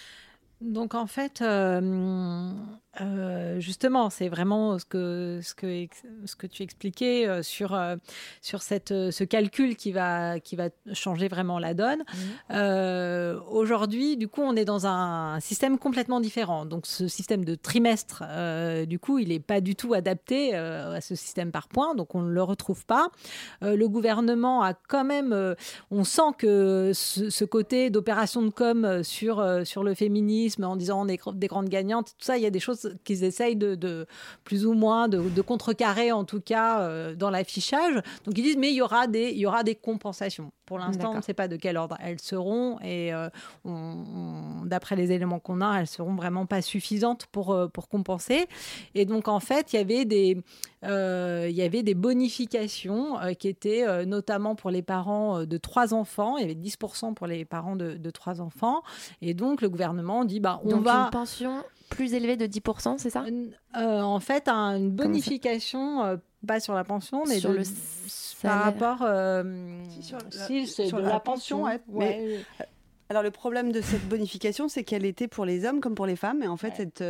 S13: Donc en fait, euh, euh, justement, c'est vraiment ce que, ce que, ce que tu expliquais euh, sur, euh, sur cette, ce calcul qui va, qui va changer vraiment la donne. Mmh. Euh, aujourd'hui, du coup, on est dans un, un système complètement différent. Donc ce système de trimestre, euh, du coup, il n'est pas du tout adapté euh, à ce système par points, donc on ne le retrouve pas. Euh, le gouvernement a quand même, euh, on sent que ce, ce côté d'opération de com sur, euh, sur le féminisme, en disant on est des grandes gagnantes, tout ça, il y a des choses qu'ils essayent de, de plus ou moins de, de contrecarrer, en tout cas euh, dans l'affichage. Donc ils disent mais il y aura des, il y aura des compensations. Pour l'instant, D'accord. on ne sait pas de quel ordre elles seront et euh, on, on, d'après les éléments qu'on a, elles seront vraiment pas suffisantes pour, euh, pour compenser. Et donc en fait, il y avait des, euh, il y avait des bonifications euh, qui étaient euh, notamment pour les parents de trois enfants. Il y avait dix pour cent pour les parents de, de trois enfants. Et donc le gouvernement dit bah, on
S11: donc
S13: va...
S11: une pension plus élevée de dix pour cent, c'est ça ?
S13: euh, En fait, un, une bonification, euh, pas sur la pension, mais
S11: sur
S13: de,
S11: le
S13: par rapport... Euh,
S12: si, sur la,
S13: si, c'est
S12: sur
S13: de
S12: la,
S13: la
S12: pension,
S13: pension.
S12: Ouais, mais, ouais. Alors le problème de cette bonification, c'est qu'elle était pour les hommes comme pour les femmes. Et en fait, ouais. cette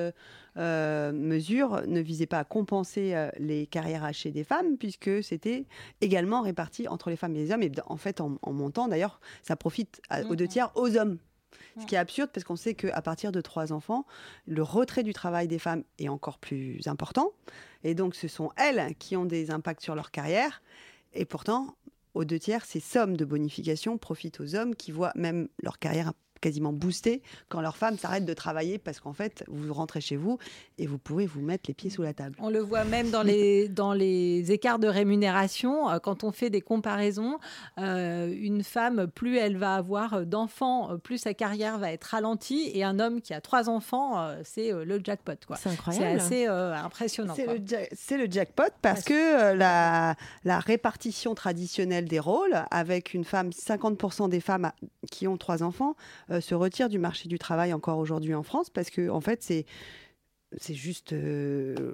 S12: euh, mesure ne visait pas à compenser euh, les carrières hachées des femmes, puisque c'était également réparti entre les femmes et les hommes. Et en fait, en, en montant, d'ailleurs, ça profite à, mmh. aux deux tiers aux hommes. Ce qui est absurde parce qu'on sait qu'à partir de trois enfants, le retrait du travail des femmes est encore plus important. Et donc, ce sont elles qui ont des impacts sur leur carrière. Et pourtant, aux deux tiers, ces sommes de bonification profitent aux hommes qui voient même leur carrière quasiment boostée quand leurs femmes s'arrêtent de travailler parce qu'en fait, vous rentrez chez vous et vous pouvez vous mettre les pieds sous la table.
S13: On le voit même dans les, dans les écarts de rémunération. Quand on fait des comparaisons, euh, une femme, plus elle va avoir d'enfants, plus sa carrière va être ralentie. Et un homme qui a trois enfants, euh, c'est euh, le jackpot, quoi.
S11: C'est incroyable.
S13: C'est assez euh, impressionnant.
S12: C'est,
S13: quoi.
S12: Le ja- c'est le jackpot parce que euh, la, la répartition traditionnelle des rôles, avec une femme, cinquante pour cent des femmes à, qui ont trois enfants, Euh, se retire du marché du travail encore aujourd'hui en France parce que en fait c'est c'est juste euh,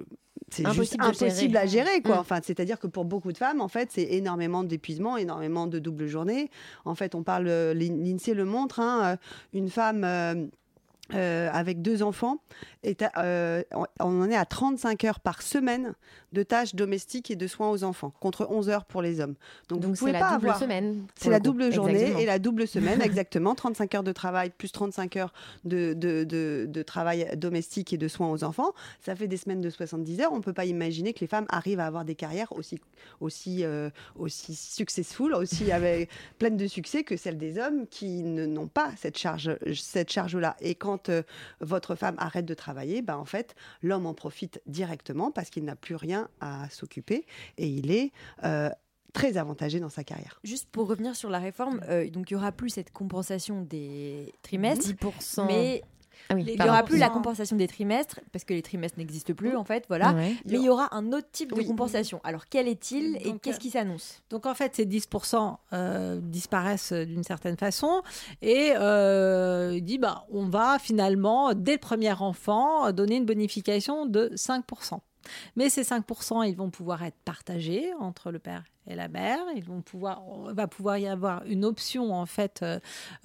S12: c'est
S11: Impossible
S12: juste
S11: de
S12: impossible
S11: gérer.
S12: à gérer, quoi.
S11: Mm.
S12: Enfin, c'est-à-dire que pour beaucoup de femmes, en fait, c'est énormément d'épuisement, énormément de doubles journées. En fait, on parle, euh, l'INSEE le montre, hein, euh, une femme euh, euh, avec deux enfants, est à, euh, on en est à trente-cinq heures par semaine de tâches domestiques et de soins aux enfants, contre onze heures pour les hommes. Donc,
S11: Donc
S12: vous pouvez
S11: c'est la
S12: pas
S11: double
S12: avoir...
S11: semaine. pour
S12: C'est
S11: le
S12: la
S11: coup.
S12: double journée
S11: Exactement.
S12: et la double semaine, exactement. trente-cinq heures de travail plus trente-cinq heures de, de, de, de travail domestique et de soins aux enfants. Ça fait des semaines de soixante-dix heures. On ne peut pas imaginer que les femmes arrivent à avoir des carrières aussi, aussi, euh, aussi successful, aussi avec, pleines de succès que celles des hommes qui ne, n'ont pas cette, charge, cette charge-là. Et quand euh, votre femme arrête de travailler, ben, en fait, l'homme en profite directement parce qu'il n'a plus rien à s'occuper et il est euh, très avantagé dans sa carrière.
S9: Juste pour revenir sur la réforme, euh, donc il n'y aura plus cette compensation des trimestres,
S11: dix pour cent.
S9: mais
S11: Ah oui,
S9: il n'y
S11: pardon.
S9: aura plus la compensation des trimestres, parce que les trimestres n'existent plus en fait, voilà.
S11: Ouais.
S9: Mais il y aura un autre type de
S12: Oui.
S9: compensation. Alors quel est-il et
S13: Donc,
S9: qu'est-ce qui s'annonce?
S13: Donc en fait, ces dix pour cent euh, disparaissent d'une certaine façon et euh, il dit bah, on va finalement, dès le premier enfant, donner une bonification de cinq pour cent. Mais ces cinq pour cent, ils vont pouvoir être partagés entre le père et la mère. Ils vont pouvoir, on va pouvoir y avoir une option en fait, euh,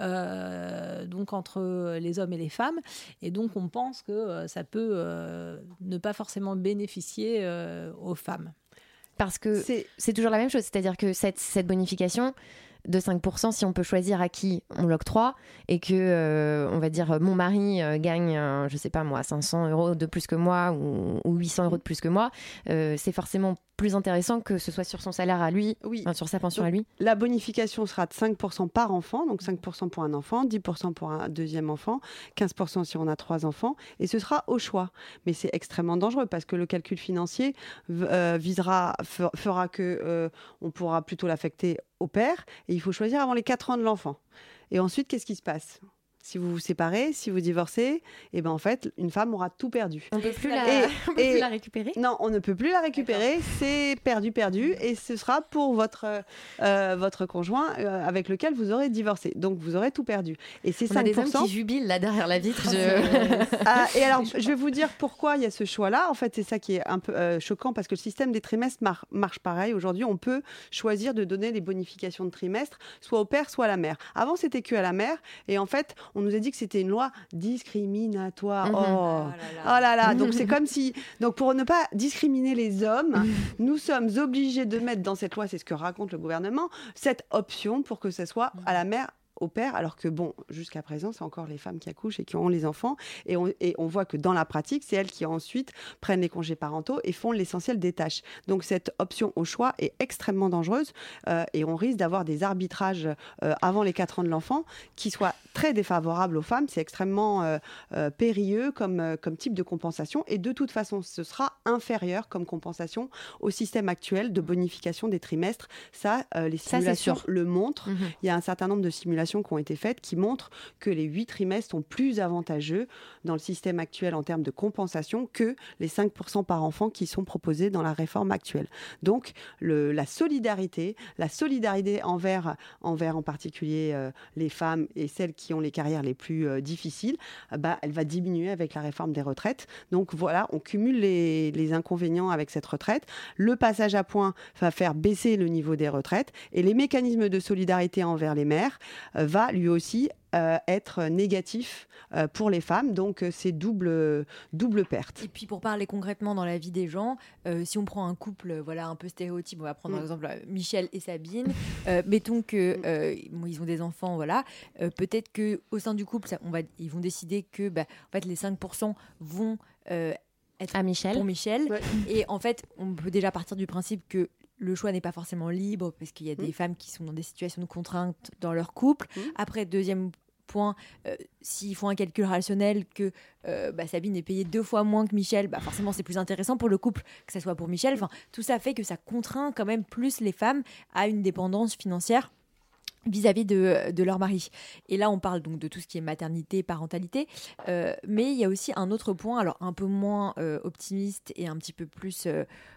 S13: euh, donc entre les hommes et les femmes. Et donc on pense que euh, ça peut euh, ne pas forcément bénéficier euh, aux femmes.
S11: Parce que c'est, c'est toujours la même chose, c'est-à-dire que cette, cette bonification de cinq pour cent, si on peut choisir à qui on l'octroie et que, euh, on va dire, mon mari euh, gagne, euh, je sais pas moi, cinq cents euros de plus que moi ou, ou huit cents euros de plus que moi, euh, c'est forcément plus intéressant que ce soit sur son salaire à lui,
S12: Oui.
S11: enfin, sur sa pension
S12: Donc,
S11: à lui.
S12: La bonification sera de cinq pour cent par enfant, donc cinq pour cent pour un enfant, dix pour cent pour un deuxième enfant, quinze pour cent si on a trois enfants, et ce sera au choix. Mais c'est extrêmement dangereux parce que le calcul financier euh, visera, fe- fera que euh, on pourra plutôt l'affecter au père, et il faut choisir avant les quatre ans de l'enfant. Et ensuite, qu'est-ce qui se passe ? Si vous vous séparez, si vous divorcez, et ben en fait, une femme aura tout perdu.
S11: On ne peut plus la,
S12: Et-
S11: on peut
S12: et-
S11: plus la récupérer.
S12: Non, on ne peut plus la récupérer. C'est perdu, perdu, et ce sera pour votre euh, votre conjoint euh, avec lequel vous aurez divorcé. Donc vous aurez tout perdu. Et c'est
S11: On a
S12: cinq pour
S11: des
S12: cent.
S11: hommes qui jubilent là derrière la vitre. Je...
S12: Ah, et alors, je vais vous dire pourquoi il y a ce choix-là. En fait, c'est ça qui est un peu euh, choquant parce que le système des trimestres mar- marche pareil. Aujourd'hui, on peut choisir de donner les bonifications de trimestre soit au père, soit à la mère. Avant, c'était que à la mère. Et en fait, on nous a dit que c'était une loi discriminatoire.
S11: Mhm.
S12: Oh.
S9: Oh
S12: Oh là là, donc c'est comme si, donc pour ne pas discriminer les hommes, nous sommes obligés de mettre dans cette loi, c'est ce que raconte le gouvernement, cette option pour que ce soit à la mère, au père, alors que bon, jusqu'à présent, c'est encore les femmes qui accouchent et qui ont les enfants, et on, et on voit que dans la pratique, c'est elles qui ensuite prennent les congés parentaux et font l'essentiel des tâches. Donc cette option au choix est extrêmement dangereuse, euh, et on risque d'avoir des arbitrages euh, avant les quatre ans de l'enfant qui soient très défavorables aux femmes. C'est extrêmement euh, euh, périlleux comme, euh, comme type de compensation, et de toute façon, ce sera inférieur comme compensation au système actuel de bonification des trimestres. Ça, euh, les
S11: Ça, c'est
S12: simulations
S11: sûr.
S12: le montrent.
S11: Mhm.
S12: Il y a un certain nombre de simulations qui ont été faites qui montrent que les huit trimestres sont plus avantageux dans le système actuel en termes de compensation que les cinq pour cent par enfant qui sont proposés dans la réforme actuelle. Donc, le, la solidarité, la solidarité envers, envers en particulier euh, les femmes et celles qui ont les carrières les plus euh, difficiles, euh, bah, elle va diminuer avec la réforme des retraites. Donc voilà, on cumule les, les inconvénients avec cette retraite. Le passage à point va faire baisser le niveau des retraites, et les mécanismes de solidarité envers les mères euh, va lui aussi euh, être négatif euh, pour les femmes. Donc euh, c'est double, double perte.
S9: Et puis pour parler concrètement dans la vie des gens, euh, si on prend un couple, euh, voilà, un peu stéréotype, on va prendre
S12: Mm.
S9: par exemple euh, Michel et Sabine. Euh, mettons que euh, bon, ils ont des enfants, voilà. Euh, peut-être que au sein du couple, ça, on va, ils vont décider que, bah, en fait, les cinq pour cent vont euh, être
S11: À Michel.
S9: pour Michel.
S12: Ouais.
S9: Et en fait, on peut déjà partir du principe que le choix n'est pas forcément libre parce qu'il y a des
S12: Mm.
S9: femmes qui sont dans des situations de contrainte dans leur couple.
S12: Mm.
S9: Après, deuxième point, euh, s'ils font un calcul rationnel que euh, bah, Sabine est payée deux fois moins que Michel, bah, forcément c'est plus intéressant pour le couple que ça soit pour Michel. Enfin, tout ça fait que ça contraint quand même plus les femmes à une dépendance financière vis-à-vis de, de leur mari. Et là, on parle donc de tout ce qui est maternité, parentalité, euh, mais il y a aussi un autre point, alors un peu moins euh, optimiste et un petit peu plus euh,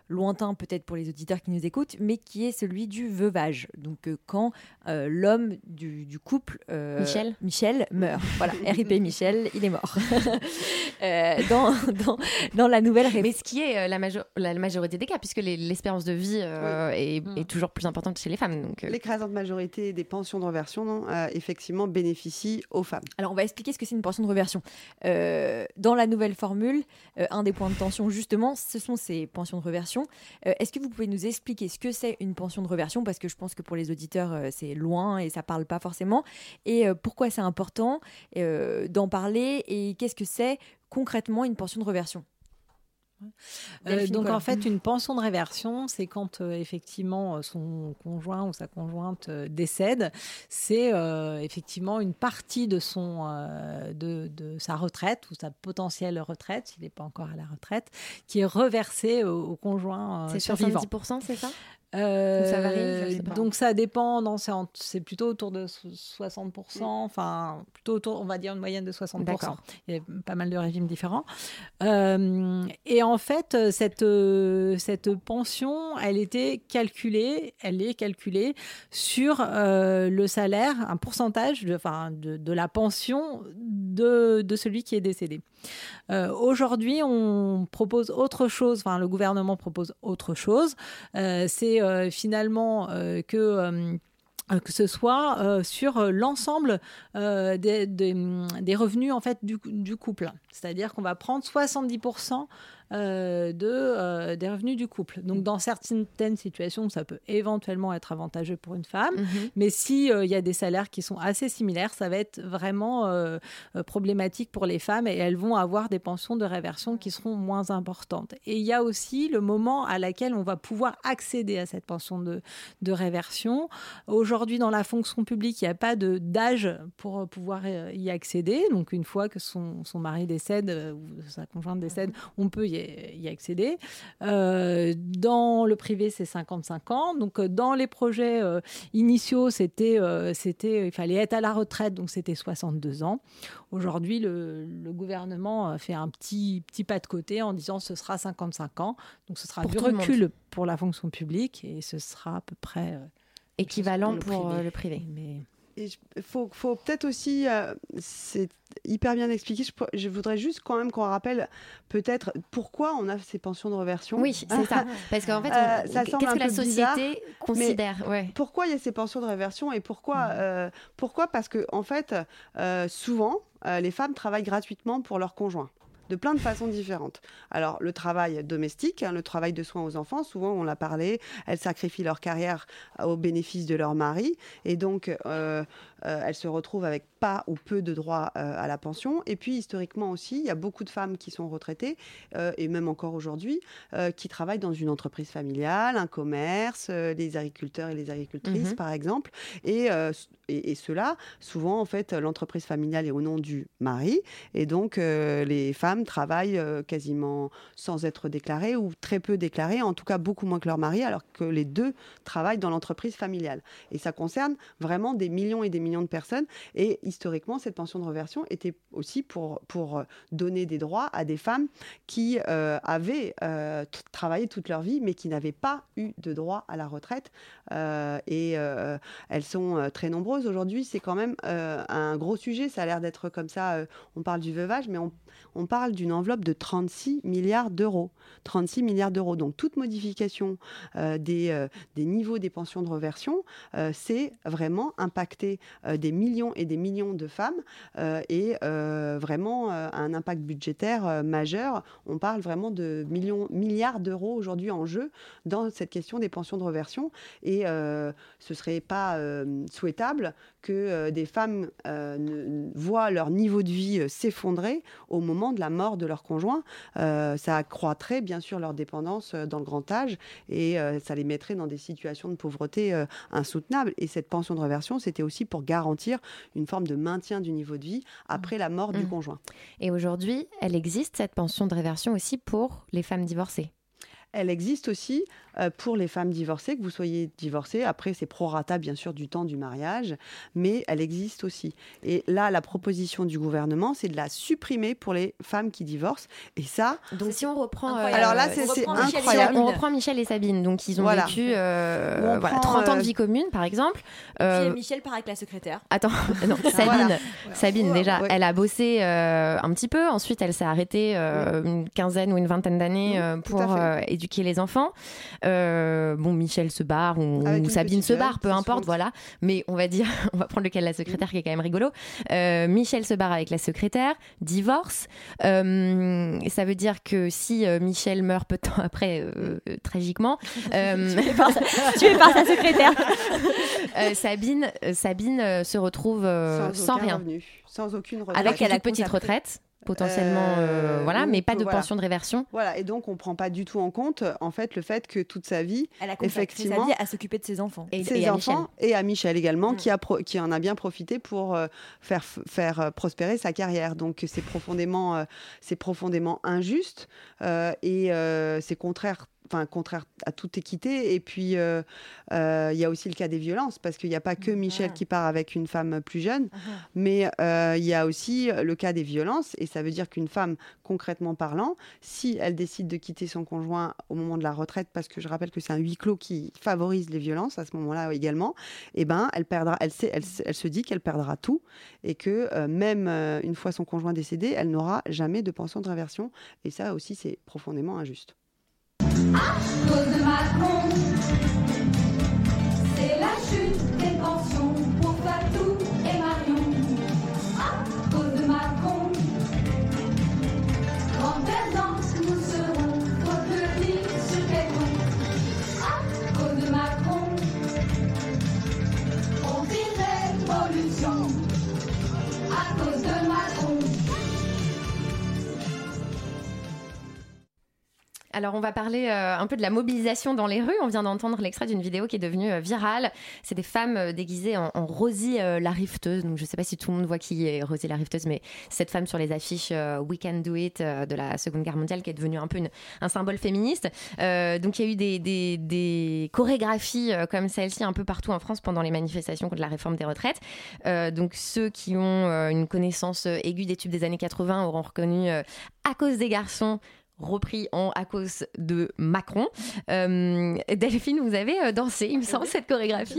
S9: lointain peut-être pour les auditeurs qui nous écoutent, mais qui est celui du veuvage. Donc euh, quand euh, l'homme du, du couple, euh,
S11: Michel.
S9: Michel meurt. Voilà, R I P Michel, il est mort. euh, dans, dans, dans la nouvelle réforme.
S11: Mais ce qui est euh, la, majo- la majorité des cas, puisque les, l'espérance de vie euh, oui. est, mmh. est toujours plus importante chez les femmes. Donc, euh...
S12: L'écrasante majorité des pensions de réversion, non, euh, effectivement, bénéficient aux femmes.
S9: Alors, on va expliquer ce que c'est une pension de réversion. Euh, dans la nouvelle formule, euh, un des points de tension, justement, ce sont ces pensions de réversion. Euh, est-ce que vous pouvez nous expliquer ce que c'est une pension de réversion ? Parce que je pense que pour les auditeurs, euh, c'est loin et ça ne parle pas forcément. Et euh, pourquoi c'est important euh, d'en parler et qu'est-ce que c'est concrètement une pension de réversion ?
S13: Euh, donc en fait, une pension de réversion, c'est quand euh, effectivement son conjoint ou sa conjointe euh, décède, c'est euh, effectivement une partie de son euh, de, de sa retraite ou sa potentielle retraite, s'il n'est pas encore à la retraite, qui est reversée au, au conjoint euh,
S11: c'est
S13: survivant.
S11: soixante-dix pour cent, c'est ça ?
S13: Euh,
S11: ça varie, je sais pas.
S13: Donc ça dépend, non, c'est, en, c'est plutôt autour de soixante pour cent, enfin plutôt autour, on va dire une moyenne de soixante pour cent. D'accord. Il y a pas mal de régimes différents. Euh, et en fait, cette, cette pension, elle était calculée, elle est calculée sur euh, le salaire, un pourcentage de, enfin, de, de la pension de, de celui qui est décédé. Euh, aujourd'hui, on propose autre chose, enfin le gouvernement propose autre chose. Euh, c'est euh, finalement euh, que... Euh, que ce soit euh, sur l'ensemble euh, des, des, des revenus en fait, du, du couple. C'est-à-dire qu'on va prendre soixante-dix pour cent euh, de, euh, des revenus du couple. Donc, dans certaines situations, ça peut éventuellement être avantageux pour une femme. Mm-hmm. Mais s'il euh, y a des salaires qui sont assez similaires, ça va être vraiment euh, problématique pour les femmes et elles vont avoir des pensions de réversion qui seront moins importantes. Et il y a aussi le moment à laquelle on va pouvoir accéder à cette pension de, de réversion. Aujourd'hui, Aujourd'hui, dans la fonction publique, il n'y a pas de, d'âge pour pouvoir y accéder. Donc, une fois que son, son mari décède ou sa conjointe décède, on peut y, y accéder. Euh, dans le privé, c'est cinquante-cinq ans. Donc, dans les projets euh, initiaux, c'était, euh, c'était, il fallait être à la retraite, donc c'était soixante-deux ans. Aujourd'hui, le, le gouvernement fait un petit, petit pas de côté en disant ce sera cinquante-cinq ans. Donc, ce sera pour du recul pour la fonction publique et ce sera à peu près... Euh,
S11: équivalent pour, pour le privé.
S12: Mais... Il faut, faut peut-être aussi, euh, c'est hyper bien expliqué, je, je voudrais juste quand même qu'on rappelle peut-être pourquoi on a ces pensions de réversion.
S11: Oui, c'est ça. Parce qu'en fait, on, euh, ça qu'est-ce que la société bizarre, considère ouais.
S12: Pourquoi il y a ces pensions de réversion et pourquoi, mmh. euh, pourquoi Parce que en fait, euh, souvent, euh, les femmes travaillent gratuitement pour leur conjoint. De plein de façons différentes. Alors, le travail domestique, hein, le travail de soins aux enfants, souvent, on l'a parlé, elles sacrifient leur carrière au bénéfice de leur mari. Et donc, euh, euh, elles se retrouvent avec pas ou peu de droits euh, à la pension. Et puis, historiquement aussi, il y a beaucoup de femmes qui sont retraitées, euh, et même encore aujourd'hui, euh, qui travaillent dans une entreprise familiale, un commerce, euh, les agriculteurs et les agricultrices, mmh. par exemple. Et, euh, et, et cela, souvent, en fait, l'entreprise familiale est au nom du mari. Et donc, euh, les femmes travaillent euh, quasiment sans être déclarées ou très peu déclarées, en tout cas beaucoup moins que leur mari, alors que les deux travaillent dans l'entreprise familiale. Et ça concerne vraiment des millions et des millions de personnes. Et historiquement, cette pension de réversion était aussi pour, pour donner des droits à des femmes qui euh, avaient euh, t- travaillé toute leur vie, mais qui n'avaient pas eu de droit à la retraite. Euh, et euh, elles sont euh, très nombreuses aujourd'hui. C'est quand même euh, un gros sujet. Ça a l'air d'être comme ça. Euh, on parle du veuvage, mais on, on parle d'une enveloppe de trente-six milliards d'euros. trente-six milliards d'euros. Donc, toute modification euh, des, euh, des niveaux des pensions de réversion, euh, c'est vraiment impacter euh, des millions et des millions de femmes euh, et euh, vraiment euh, un impact budgétaire euh, majeur. On parle vraiment de millions, milliards d'euros aujourd'hui en jeu dans cette question des pensions de réversion. Et euh, ce ne serait pas euh, souhaitable que euh, des femmes euh, ne, voient leur niveau de vie euh, s'effondrer au moment de la mort de leur conjoint. Euh, ça accroîtrait bien sûr leur dépendance euh, dans le grand âge et euh, ça les mettrait dans des situations de pauvreté euh, insoutenables. Et cette pension de réversion, c'était aussi pour garantir une forme de maintien du niveau de vie après mmh. la mort mmh. du conjoint.
S11: Et aujourd'hui, elle existe, cette pension de réversion aussi pour les femmes divorcées ?
S12: Elle existe aussi euh, pour les femmes divorcées, que vous soyez divorcée. Après, c'est prorata, bien sûr, du temps du mariage, mais elle existe aussi. Et là, la proposition du gouvernement, c'est de la supprimer pour les femmes qui divorcent. Et ça...
S11: Donc, si on reprend...
S12: Euh, alors là, c'est, c'est incroyable.
S11: Si on, on reprend Michel et Sabine, donc ils ont
S12: voilà.
S11: vécu euh, voilà, trente ans de vie commune, par exemple.
S9: Euh... Puis Michel part avec la secrétaire.
S11: Attends, non, Sabine, voilà. Sabine déjà,
S9: ouais.
S11: elle a bossé euh, un petit peu. Ensuite, elle s'est arrêtée euh, oui. une quinzaine ou une vingtaine d'années euh, pour euh, éduquer les enfants. Euh, bon, Michel se barre ou, ou Sabine se barre, peu importe, voilà. Mais on va dire, on va prendre le cas de la secrétaire qui est quand même rigolo. Euh, Michel se barre avec la secrétaire, divorce. Euh, ça veut dire que si euh, Michel meurt peu de temps après, euh, euh, tragiquement, euh...
S9: tu es par sa, tu es par sa secrétaire.
S11: euh, Sabine, euh, Sabine euh, se retrouve euh, sans,
S12: sans
S11: rien,
S12: revenu, sans aucune retraite,
S11: avec une toute petite retraite. Potentiellement, euh, voilà, mais pas de
S12: voilà.
S11: pension de réversion.
S12: Voilà, et donc on ne prend pas du tout en compte, en fait, le fait que toute sa vie,
S9: elle a
S12: effectivement,
S9: sa vie à s'occuper de ses enfants,
S12: et, ses
S9: et
S12: enfants,
S9: à
S12: et à Michel également,
S9: mmh.
S12: qui, a pro- qui en a bien profité pour euh, faire faire euh, prospérer sa carrière. Donc c'est profondément, euh, c'est profondément injuste euh, et euh, c'est contraire. Enfin, contraire à toute équité. Et puis, il euh, euh, y a aussi le cas des violences, parce qu'il n'y a pas que Michel qui part avec une femme plus jeune, mais il euh, y a aussi le cas des violences. Et ça veut dire qu'une femme, concrètement parlant, si elle décide de quitter son conjoint au moment de la retraite, parce que je rappelle que c'est un huis clos qui favorise les violences à ce moment-là également, eh ben, elle, perdra, elle, sait, elle, elle se dit qu'elle perdra tout et que euh, même euh, une fois son conjoint décédé, elle n'aura jamais de pension de réversion. Et ça aussi, c'est profondément injuste.
S15: À cause de Macron, c'est la chute des pensions pour Fatou et Marion. À cause de Macron, grand perdant, nous serons trop petits sur les ronds. À cause de Macron, on vit révolution. À cause de Macron.
S11: Alors, on va parler euh, un peu de la mobilisation dans les rues. On vient d'entendre l'extrait d'une vidéo qui est devenue euh, virale. C'est des femmes euh, déguisées en, en Rosie euh, la rifteuse. Donc, je ne sais pas si tout le monde voit qui est Rosie la rifteuse, mais cette femme sur les affiches euh, We Can Do It euh, de la Seconde Guerre mondiale qui est devenue un peu une, un symbole féministe. Euh, donc, il y a eu des, des, des chorégraphies euh, comme celle-ci un peu partout en France pendant les manifestations contre la réforme des retraites. Euh, donc, ceux qui ont euh, une connaissance aiguë des tubes des années quatre-vingts auront reconnu euh, À cause des garçons, repris en à cause de Macron. Euh, Delphine, vous avez dansé, il me semble, cette chorégraphie.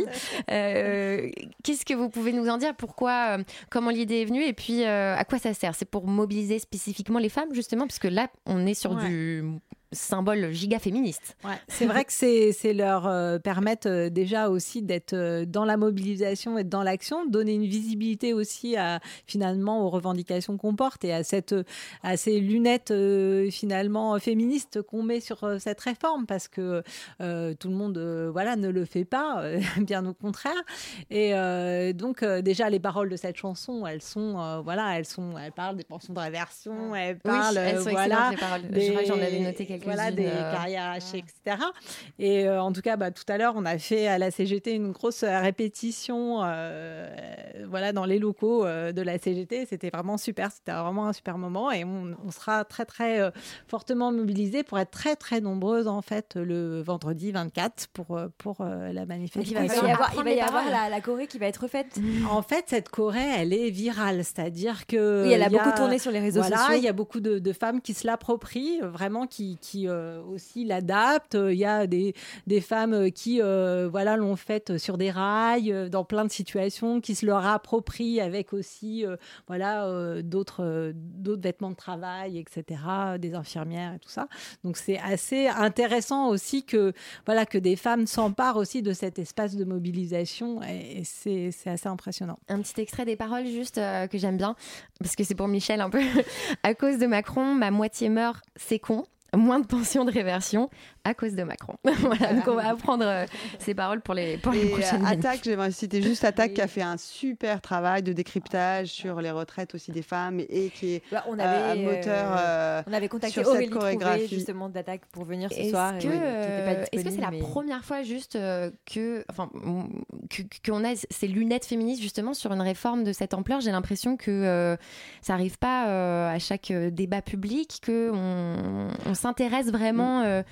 S11: Euh, qu'est-ce que vous pouvez nous en dire ? Pourquoi, euh, comment l'idée est venue et puis euh, à quoi ça sert ? C'est pour mobiliser spécifiquement les femmes, justement, parce que là, on est sur ouais. du symbole giga féministe.
S13: Ouais, c'est vrai que c'est, c'est leur euh, permettre euh, déjà aussi d'être euh, dans la mobilisation et dans l'action, donner une visibilité aussi à, finalement aux revendications qu'on porte et à, cette, à ces lunettes euh, finalement féministes qu'on met sur euh, cette réforme, parce que euh, tout le monde euh, voilà, ne le fait pas, euh, bien au contraire. Et euh, donc euh, déjà les paroles de cette chanson, elles sont, euh, voilà, elles sont, elles parlent des pensions de réversion, elles parlent,
S11: oui, elles sont
S13: euh, voilà,
S11: les paroles.
S13: Des,
S11: Je crois que j'en avais noté quelques
S13: voilà, des
S11: euh...
S13: carrières hachées, et cetera. Et euh, en tout cas, bah, tout à l'heure, on a fait à la C G T une grosse répétition euh, voilà, dans les locaux euh, de la C G T. C'était vraiment super, c'était vraiment un super moment et on, on sera très, très euh, fortement mobilisés pour être très, très nombreuses en fait le vendredi vingt-quatre pour, pour euh, la manifestation.
S9: Il va y avoir, il va y avoir la, la choré qui va être refaite.
S13: En fait, cette choré, elle est virale, c'est-à-dire que...
S9: Oui, elle a
S13: y a,
S9: beaucoup tourné sur les réseaux
S13: voilà,
S9: sociaux.
S13: Il y a beaucoup de, de femmes qui se l'approprient, vraiment, qui, qui euh, aussi l'adaptent. Il y a des, des femmes qui euh, voilà, l'ont faite sur des rails, euh, dans plein de situations, qui se leur approprient avec aussi euh, voilà, euh, d'autres, euh, d'autres vêtements de travail, et cetera, des infirmières et tout ça. Donc, c'est assez intéressant aussi que, voilà, que des femmes s'emparent aussi de cet espace de mobilisation et, et c'est, c'est assez impressionnant.
S11: Un petit extrait des paroles juste euh, que j'aime bien, parce que c'est pour Michel un peu. À cause de Macron, ma moitié meurt, c'est con. Moins de pension de réversion à cause de Macron. Voilà, donc on va apprendre euh, ces paroles pour les, pour les
S12: et
S11: prochaines
S12: euh,
S11: minutes.
S12: Attaque, j'aimerais citer juste Attaque qui a fait un super travail de décryptage sur les retraites aussi des femmes et qui est
S9: bah, on avait,
S12: euh, un moteur euh,
S9: on avait contacté
S12: sur
S9: Aurélie
S12: cette chorégraphie.
S9: Trouvé, justement d'Attaque pour venir ce
S11: est-ce
S9: soir.
S11: Que,
S9: et, oui,
S11: euh, est-ce que c'est la
S9: mais...
S11: première fois juste euh, que, enfin, que, qu'on a ces lunettes féministes justement sur une réforme de cette ampleur? J'ai l'impression que euh, ça n'arrive pas euh, à chaque débat public, qu'on on s'intéresse vraiment... Euh,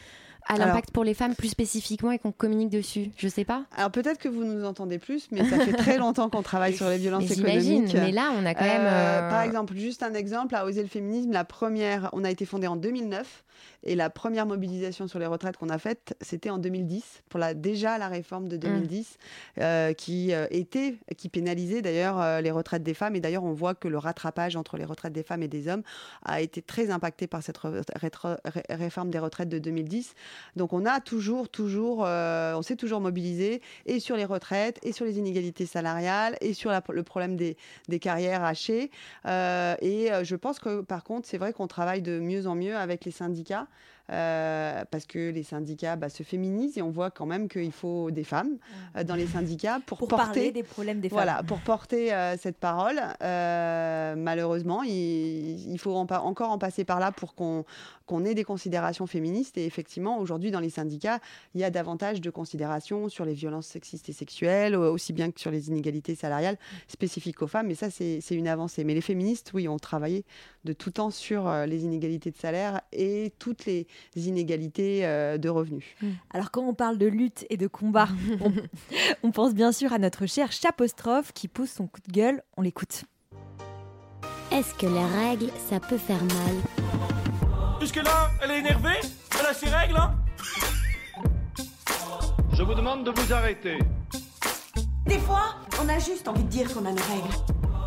S11: a l'impact pour les femmes plus spécifiquement et qu'on communique dessus? Je sais pas.
S12: Alors peut-être que vous nous entendez plus, mais ça fait très longtemps qu'on travaille sur les violences
S11: mais
S12: économiques.
S11: Mais là, on a quand même...
S12: Euh, par exemple, juste un exemple, à Oser le féminisme, la première, on a été fondé en deux mille neuf, et la première mobilisation sur les retraites qu'on a faite, c'était en deux mille dix, pour la, déjà la réforme de deux mille dix, mmh. euh, qui euh, était, qui pénalisait d'ailleurs euh, les retraites des femmes. Et d'ailleurs, on voit que le rattrapage entre les retraites des femmes et des hommes a été très impacté par cette re- rétro- ré- réforme des retraites de deux mille dix. Donc, on a toujours, toujours, euh, on s'est toujours mobilisé, et sur les retraites, et sur les inégalités salariales, et sur la, le problème des, des carrières hachées. Euh, et euh, je pense que, par contre, c'est vrai qu'on travaille de mieux en mieux avec les syndicats. Euh, parce que les syndicats bah, se féminisent et on voit quand même qu'il faut des femmes euh, dans les syndicats pour,
S9: pour
S12: porter
S9: parler des problèmes des femmes.
S12: Voilà, pour porter euh, cette parole. Euh, malheureusement, il, il faut en, encore en passer par là pour qu'on, qu'on ait des considérations féministes. Et effectivement, aujourd'hui, dans les syndicats, il y a davantage de considérations sur les violences sexistes et sexuelles, aussi bien que sur les inégalités salariales spécifiques aux femmes. Et ça, c'est, c'est une avancée. Mais les féministes, oui, ont travaillé de tout temps sur euh, les inégalités de salaire et toutes les inégalités euh, de revenus.
S9: Alors quand on parle de lutte et de combat, on, on pense bien sûr à notre cher Chapostrophe qui pousse son coup de gueule. On l'écoute.
S16: Est-ce que les règles, ça peut faire mal?
S17: Jusque là, elle est énervée? Elle a ses règles, hein? Je vous demande de vous arrêter.
S1: Des fois, on a juste envie de dire qu'on a nos règles.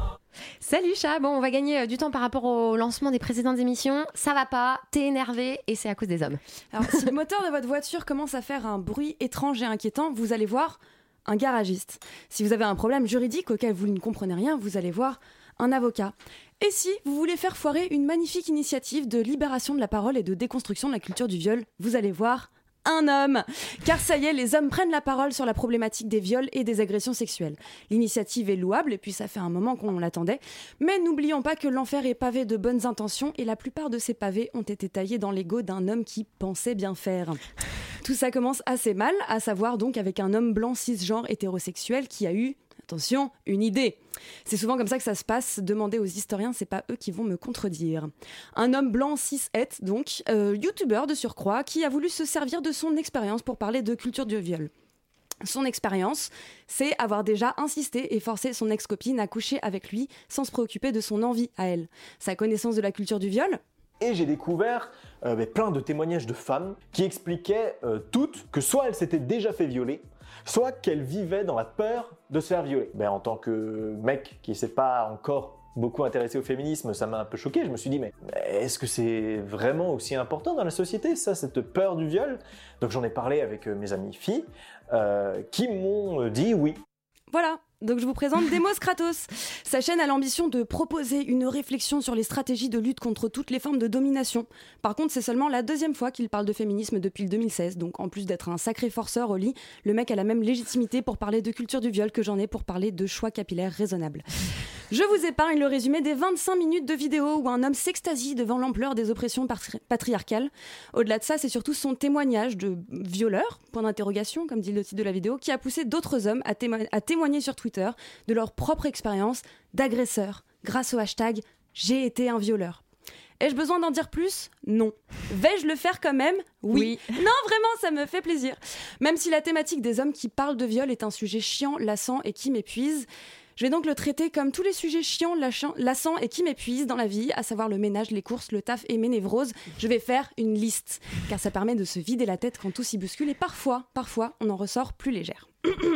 S11: Salut chat, bon on va gagner du temps par rapport au lancement des précédentes émissions. Ça va pas, t'es énervé et c'est à cause des hommes.
S18: Alors si le moteur de votre voiture commence à faire un bruit étrange et inquiétant, vous allez voir un garagiste. Si vous avez un problème juridique auquel vous ne comprenez rien, vous allez voir un avocat. Et si vous voulez faire foirer une magnifique initiative de libération de la parole et de déconstruction de la culture du viol, vous allez voir un homme. Car ça y est, les hommes prennent la parole sur la problématique des viols et des agressions sexuelles. L'initiative est louable et puis ça fait un moment qu'on l'attendait. Mais n'oublions pas que l'enfer est pavé de bonnes intentions et la plupart de ces pavés ont été taillés dans l'ego d'un homme qui pensait bien faire. Tout ça commence assez mal, à savoir donc avec un homme blanc cisgenre hétérosexuel qui a eu... Attention, une idée. C'est souvent comme ça que ça se passe. Demandez aux historiens, c'est pas eux qui vont me contredire. Un homme blanc cis-het, donc, euh, youtubeur de surcroît, qui a voulu se servir de son expérience pour parler de culture du viol. Son expérience, c'est avoir déjà insisté et forcé son ex-copine à coucher avec lui sans se préoccuper de son envie à elle. Sa connaissance de la culture du viol ?
S19: Et j'ai découvert euh, bah, plein de témoignages de femmes qui expliquaient euh, toutes que soit elles s'étaient déjà fait violer, soit qu'elles vivaient dans la peur de se faire violer. Ben, en tant que mec qui ne s'est pas encore beaucoup intéressé au féminisme, ça m'a un peu choqué. Je me suis dit, mais est-ce que c'est vraiment aussi important dans la société, ça, cette peur du viol? Donc j'en ai parlé avec mes amies filles, euh, qui m'ont dit oui.
S18: Voilà, donc je vous présente Demos Kratos. Sa chaîne a l'ambition de proposer une réflexion sur les stratégies de lutte contre toutes les formes de domination. Par contre, c'est seulement la deuxième fois qu'il parle de féminisme depuis le deux mille seize, donc en plus d'être un sacré forceur au lit, le mec a la même légitimité pour parler de culture du viol que j'en ai pour parler de choix capillaires raisonnables. Je vous épargne le résumé des vingt-cinq minutes de vidéo où un homme s'extasie devant l'ampleur des oppressions patri- patriarcales. Au-delà de ça, c'est surtout son témoignage de violeur, point d'interrogation, comme dit le titre de la vidéo, qui a poussé d'autres hommes à, témo- à témoigner sur Twitter de leur propre expérience d'agresseur grâce au hashtag « J'ai été un violeur ». Ai-je besoin d'en dire plus ? Non. Vais-je le faire quand même ? Oui. oui. Non, vraiment, ça me fait plaisir. Même si la thématique des hommes qui parlent de viol est un sujet chiant, lassant et qui m'épuise, je vais donc le traiter comme tous les sujets chiants, lassants et qui m'épuisent dans la vie, à savoir le ménage, les courses, le taf et mes névroses. Je vais faire une liste, car ça permet de se vider la tête quand tout s'y bouscule et parfois, parfois, on en ressort plus légère.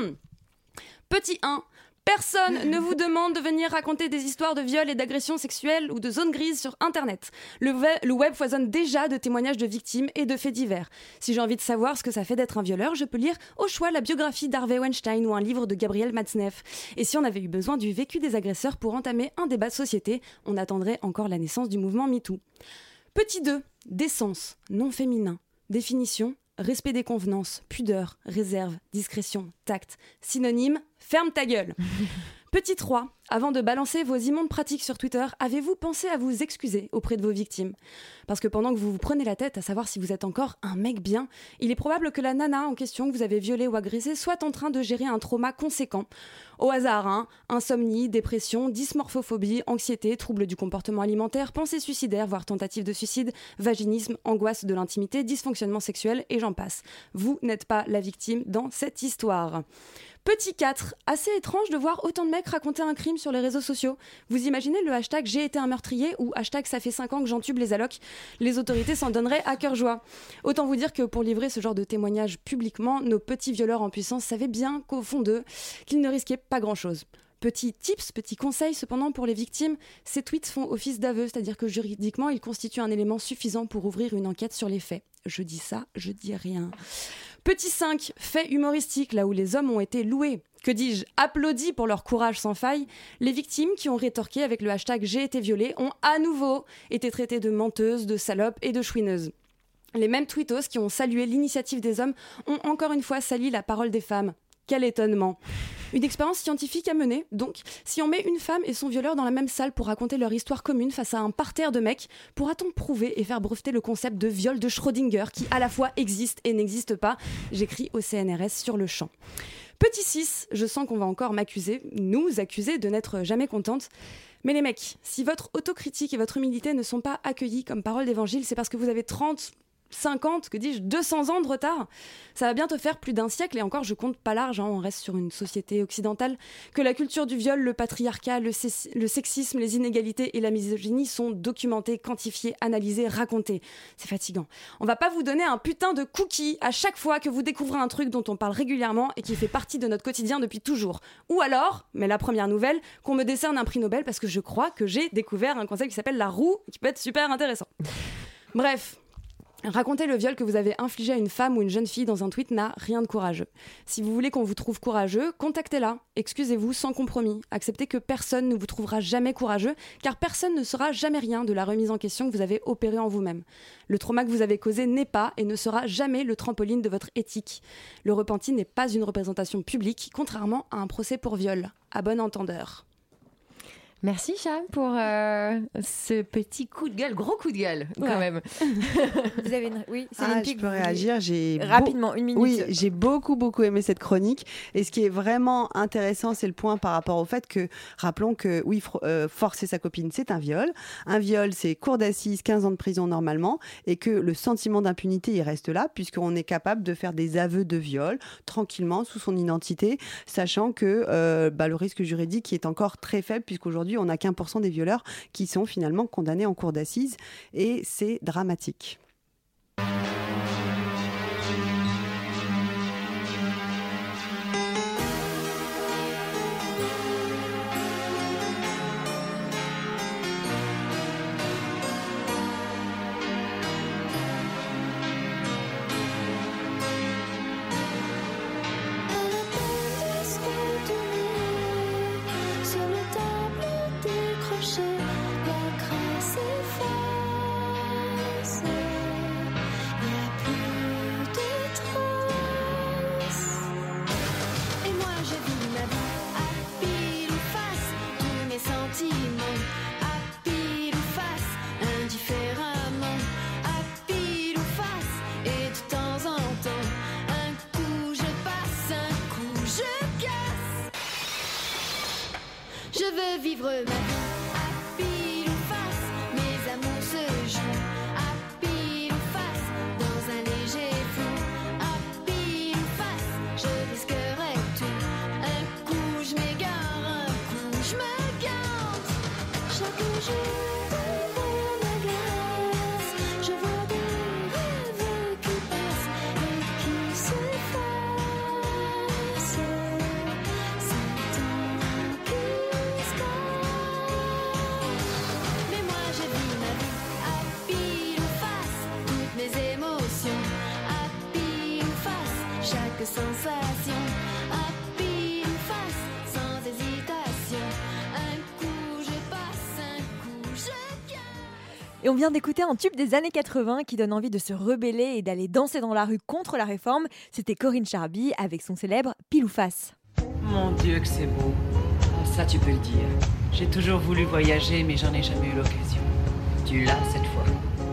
S18: Petit un. Personne ne vous demande de venir raconter des histoires de viol et d'agressions sexuelles ou de zones grises sur Internet. Le web, le web foisonne déjà de témoignages de victimes et de faits divers. Si j'ai envie de savoir ce que ça fait d'être un violeur, je peux lire au choix la biographie d'Harvey Weinstein ou un livre de Gabriel Matzneff. Et si on avait eu besoin du vécu des agresseurs pour entamer un débat de société, on attendrait encore la naissance du mouvement MeToo. Petit deux. Décence, non féminin. Définition. Respect des convenances, pudeur, réserve, discrétion, tact. Synonyme, ferme ta gueule. Petit trois, avant de balancer vos immondes pratiques sur Twitter, avez-vous pensé à vous excuser auprès de vos victimes ? Parce que pendant que vous vous prenez la tête à savoir si vous êtes encore un mec bien, il est probable que la nana en question que vous avez violée ou agressée soit en train de gérer un trauma conséquent. Au hasard, hein, insomnie, dépression, dysmorphophobie, anxiété, troubles du comportement alimentaire, pensées suicidaires, voire tentative de suicide, vaginisme, angoisse de l'intimité, dysfonctionnement sexuel et j'en passe. Vous n'êtes pas la victime dans cette histoire. Petit quatre, assez étrange de voir autant de mecs raconter un crime sur les réseaux sociaux. Vous imaginez le hashtag j'ai été un meurtrier ou hashtag ça fait cinq ans que j'entube les allocs ? Les autorités s'en donneraient à cœur joie. Autant vous dire que pour livrer ce genre de témoignage publiquement, nos petits violeurs en puissance savaient bien qu'au fond d'eux, qu'ils ne risquaient pas grand-chose. Petit tips, petit conseil cependant pour les victimes, ces tweets font office d'aveu, c'est-à-dire que juridiquement, ils constituent un élément suffisant pour ouvrir une enquête sur les faits. Je dis ça, je dis rien. Petit cinq, fait humoristique, là où les hommes ont été loués. Que dis-je, applaudis pour leur courage sans faille, les victimes qui ont rétorqué avec le hashtag j'ai été violée ont à nouveau été traitées de menteuses, de salopes et de chouineuses. Les mêmes tweetos qui ont salué l'initiative des hommes ont encore une fois sali la parole des femmes. Quel étonnement! Une expérience scientifique à mener, donc. Si on met une femme et son violeur dans la même salle pour raconter leur histoire commune face à un parterre de mecs, pourra-t-on prouver et faire breveter le concept de viol de Schrödinger qui à la fois existe et n'existe pas ? J'écris au C N R S sur le champ. Petit six, je sens qu'on va encore m'accuser, nous accuser de n'être jamais contentes. Mais les mecs, si votre autocritique et votre humilité ne sont pas accueillis comme parole d'évangile, c'est parce que vous avez trente... cinquante, que dis-je, deux cents ans de retard. Ça va bientôt faire plus d'un siècle, et encore je compte pas large, hein, on reste sur une société occidentale, que la culture du viol, le patriarcat, le, sé- le sexisme, les inégalités et la misogynie sont documentées, quantifiées, analysées, racontées. C'est fatigant. On va pas vous donner un putain de cookie à chaque fois que vous découvrez un truc dont on parle régulièrement et qui fait partie de notre quotidien depuis toujours. Ou alors, mais la première nouvelle, qu'on me décerne un prix Nobel parce que je crois que j'ai découvert un concept qui s'appelle la roue, qui peut être super intéressant. Bref. Raconter le viol que vous avez infligé à une femme ou une jeune fille dans un tweet n'a rien de courageux. Si vous voulez qu'on vous trouve courageux, contactez-la. Excusez-vous sans compromis. Acceptez que personne ne vous trouvera jamais courageux, car personne ne saura jamais rien de la remise en question que vous avez opérée en vous-même. Le trauma que vous avez causé n'est pas et ne sera jamais le trampoline de votre éthique. Le repenti n'est pas une représentation publique, contrairement à un procès pour viol. À bon entendeur.
S11: Merci Cham pour euh, ce petit coup de gueule, gros coup de gueule quand
S9: Ouais.
S11: même.
S9: Vous avez une... Oui, c'est
S12: Ah,
S9: une
S12: je
S9: pique,
S12: peux
S9: vous voulez-
S12: réagir. J'ai
S9: Rapidement,
S12: beau-
S9: une minute.
S12: Oui, j'ai beaucoup, beaucoup aimé cette chronique. Et ce qui est vraiment intéressant, c'est le point par rapport au fait que, rappelons que, oui, fr- euh, forcer sa copine, c'est un viol. Un viol, c'est cour d'assises, quinze ans de prison normalement. Et que le sentiment d'impunité, il reste là, puisqu'on est capable de faire des aveux de viol tranquillement, sous son identité, sachant que euh, bah, le risque juridique est encore très faible, puisqu'aujourd'hui, on n'a qu'un pour cent des violeurs qui sont finalement condamnés en cour d'assises. Et c'est dramatique.
S15: Sur le tableau décroché, la crasse efface. Il n'y a plus de traces. Et moi je vis ma vie à pile ou face. Tous mes sentiments à pile ou face. Indifféremment à pile ou face. Et de temps en temps, un coup je passe, un coup je casse. Je veux vivre ma vie à pile ou face. Mes amours se jouent à pile ou face. Dans un léger flou à pile ou face. Je risquerai tout. Un coup je m'égare, un coup je me garde. Chaque jour devant ma glace, je vois des rêves qui passent et qui s'effacent. C'est temps qui se casse. Mais moi je vis ma vie à pile ou face. Toutes mes émotions à pile ou face. Chaque sensation à pile ou face. Sans hésitation. Un coup je passe, un coup je
S9: Et on vient d'écouter un tube des années quatre-vingts qui donne envie de se rebeller et d'aller danser dans la rue contre la réforme. C'était Corinne Charby avec son célèbre Pile ou Face.
S10: Mon Dieu que c'est beau. Ça, tu peux le dire. J'ai toujours voulu voyager, mais j'en ai jamais eu l'occasion. Tu l'as cette fois.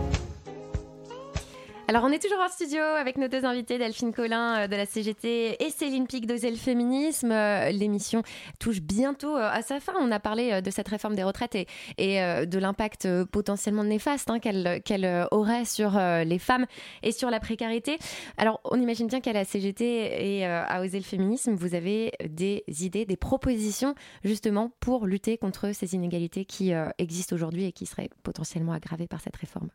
S11: Alors, on est toujours en studio avec nos deux invités, Delphine Collin euh, de la C G T et Céline Pic d'Osez le Féminisme. Euh, l'émission touche bientôt euh, à sa fin. On a parlé euh, de cette réforme des retraites et, et euh, de l'impact euh, potentiellement néfaste hein, qu'elle, qu'elle euh, aurait sur euh, les femmes et sur la précarité. Alors, on imagine bien qu'à la C G T et euh, à Osez le Féminisme, vous avez des idées, des propositions justement pour lutter contre ces inégalités qui euh, existent aujourd'hui et qui seraient potentiellement aggravées par cette réforme.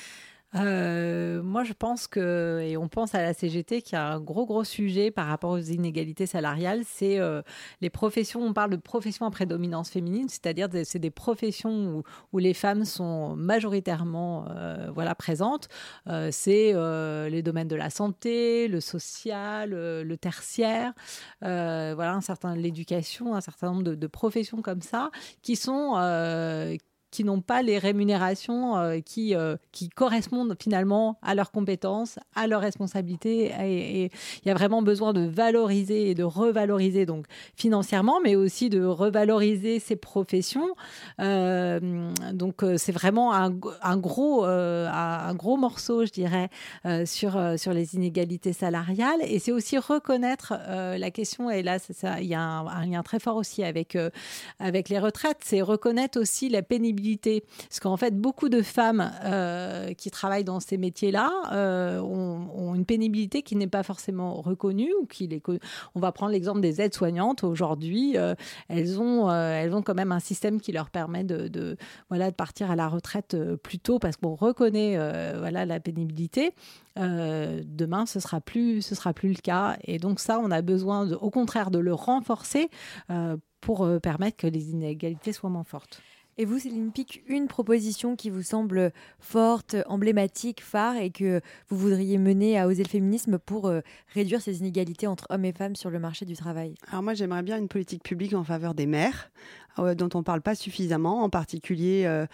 S13: Euh, moi, je pense que, et on pense à la C G T, qu'il y a un gros, gros sujet par rapport aux inégalités salariales, c'est euh, les professions, on parle de professions à prédominance féminine, c'est-à-dire que c'est des professions où, où les femmes sont majoritairement euh, voilà, présentes. Euh, c'est euh, les domaines de la santé, le social, euh, le tertiaire, euh, voilà, un certain, l'éducation, un certain nombre de, de professions comme ça, qui sont... Euh, qui n'ont pas les rémunérations euh, qui, euh, qui correspondent finalement à leurs compétences, à leurs responsabilités. Et il y a vraiment besoin de valoriser et de revaloriser donc financièrement, mais aussi de revaloriser ces professions. Euh, donc euh, c'est vraiment un, un, gros, euh, un gros morceau, je dirais, euh, sur, euh, sur les inégalités salariales. Et c'est aussi reconnaître euh, la question, et là ça, il y a un, un lien très fort aussi avec, euh, avec les retraites, c'est reconnaître aussi la pénibilité. Parce qu'en fait, beaucoup de femmes euh, qui travaillent dans ces métiers-là euh, ont, ont une pénibilité qui n'est pas forcément reconnue. Ou qui les... On va prendre l'exemple des aides-soignantes. Aujourd'hui, euh, elles, ont, euh, elles ont quand même un système qui leur permet de, de, voilà, de partir à la retraite plus tôt parce qu'on reconnaît euh, voilà, la pénibilité. Euh, demain, ce sera plus, ce sera plus le cas. Et donc ça, on a besoin, de, au contraire, de le renforcer euh, pour euh, permettre que les inégalités soient moins fortes.
S9: Et vous, Céline Pic, une proposition qui vous semble forte, emblématique, phare et que vous voudriez mener à Osez le Féminisme pour euh, réduire ces inégalités entre hommes et femmes sur le marché du travail?
S12: Alors moi, j'aimerais bien une politique publique en faveur des mères, euh, dont on ne parle pas suffisamment, en particulier euh,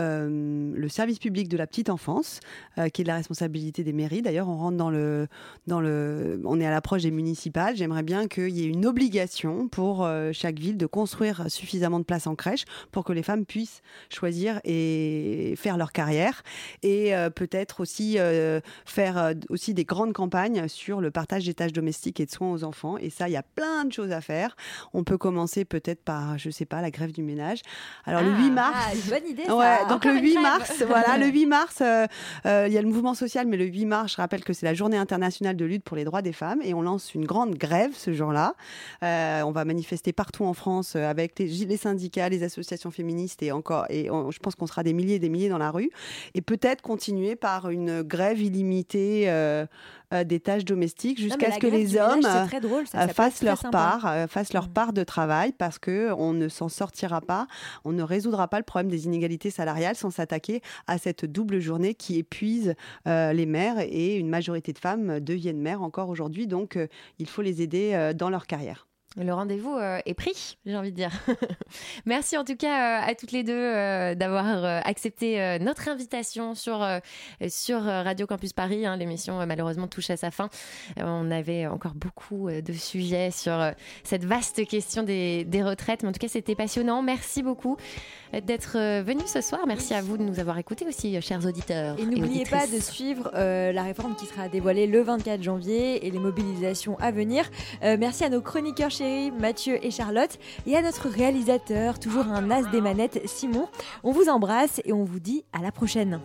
S12: euh, le service public de la petite enfance, euh, qui est de la responsabilité des mairies. D'ailleurs, on rentre dans le, dans le, on est à l'approche des municipales. J'aimerais bien qu'il y ait une obligation pour euh, chaque ville de construire suffisamment de places en crèche pour que les femmes puissent choisir et faire leur carrière, et euh, peut-être aussi euh, faire euh, aussi des grandes campagnes sur le partage des tâches domestiques et de soins aux enfants. Et ça, il y a plein de choses à faire. On peut commencer peut-être par, je sais pas, la grève du ménage. Alors ah, le huit mars,
S9: ah, bonne idée, ça.
S12: Ouais, donc
S9: Encore
S12: le huit mars, voilà, le huit mars, euh, euh, il y a le mouvement social, mais le huit mars, je rappelle que c'est la Journée internationale de lutte pour les droits des femmes, et on lance une grande grève ce jour-là. Euh, on va manifester partout en France avec les, les syndicats, les associations féministes et encore. Et on, je pense qu'on sera des milliers et des milliers dans la rue. Et peut-être continuer par une grève illimitée euh, euh, des tâches domestiques jusqu'à ce que les hommes
S9: ménage, drôle, ça, ça
S12: fassent, leur part, euh, fassent leur part de travail, parce qu'on ne s'en sortira pas, on ne résoudra pas le problème des inégalités salariales sans s'attaquer à cette double journée qui épuise euh, les mères, et une majorité de femmes deviennent mères encore aujourd'hui. Donc euh, il faut les aider euh, dans leur carrière.
S11: Le rendez-vous euh, est pris, j'ai envie de dire. Merci en tout cas euh, à toutes les deux euh, d'avoir euh, accepté euh, notre invitation sur, euh, sur Radio Campus Paris. Hein. L'émission euh, malheureusement touche à sa fin. Euh, on avait encore beaucoup euh, de sujets sur euh, cette vaste question des, des retraites. Mais en tout cas, c'était passionnant. Merci beaucoup d'être euh, venus ce soir. Merci à vous de nous avoir écoutés aussi, euh, chers auditeurs.
S9: Et n'oubliez pas de suivre euh, la réforme qui sera dévoilée le vingt-quatre janvier et les mobilisations à venir. Euh, merci à nos chroniqueurs chéris, Mathieu et Charlotte, et à notre réalisateur, toujours un as des manettes, Simon. On vous embrasse et on vous dit à la prochaine.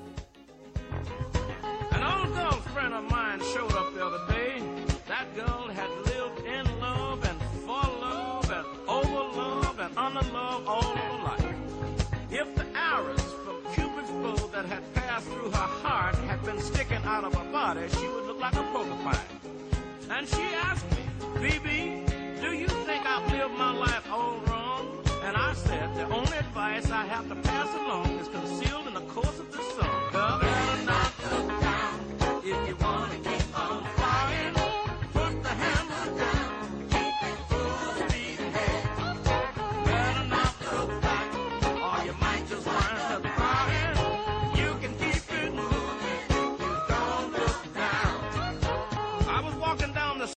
S17: An old girlfriend of mine showed up the other day. That girl had lived in love and for love and over love and under love all her life. If the arrows from Cupid's bow that had passed through her heart had been sticking out of her body, she would look like a porcupine. And she asked me, B B, do you think I've lived my life all wrong? And I said, the only advice I have to pass along is consider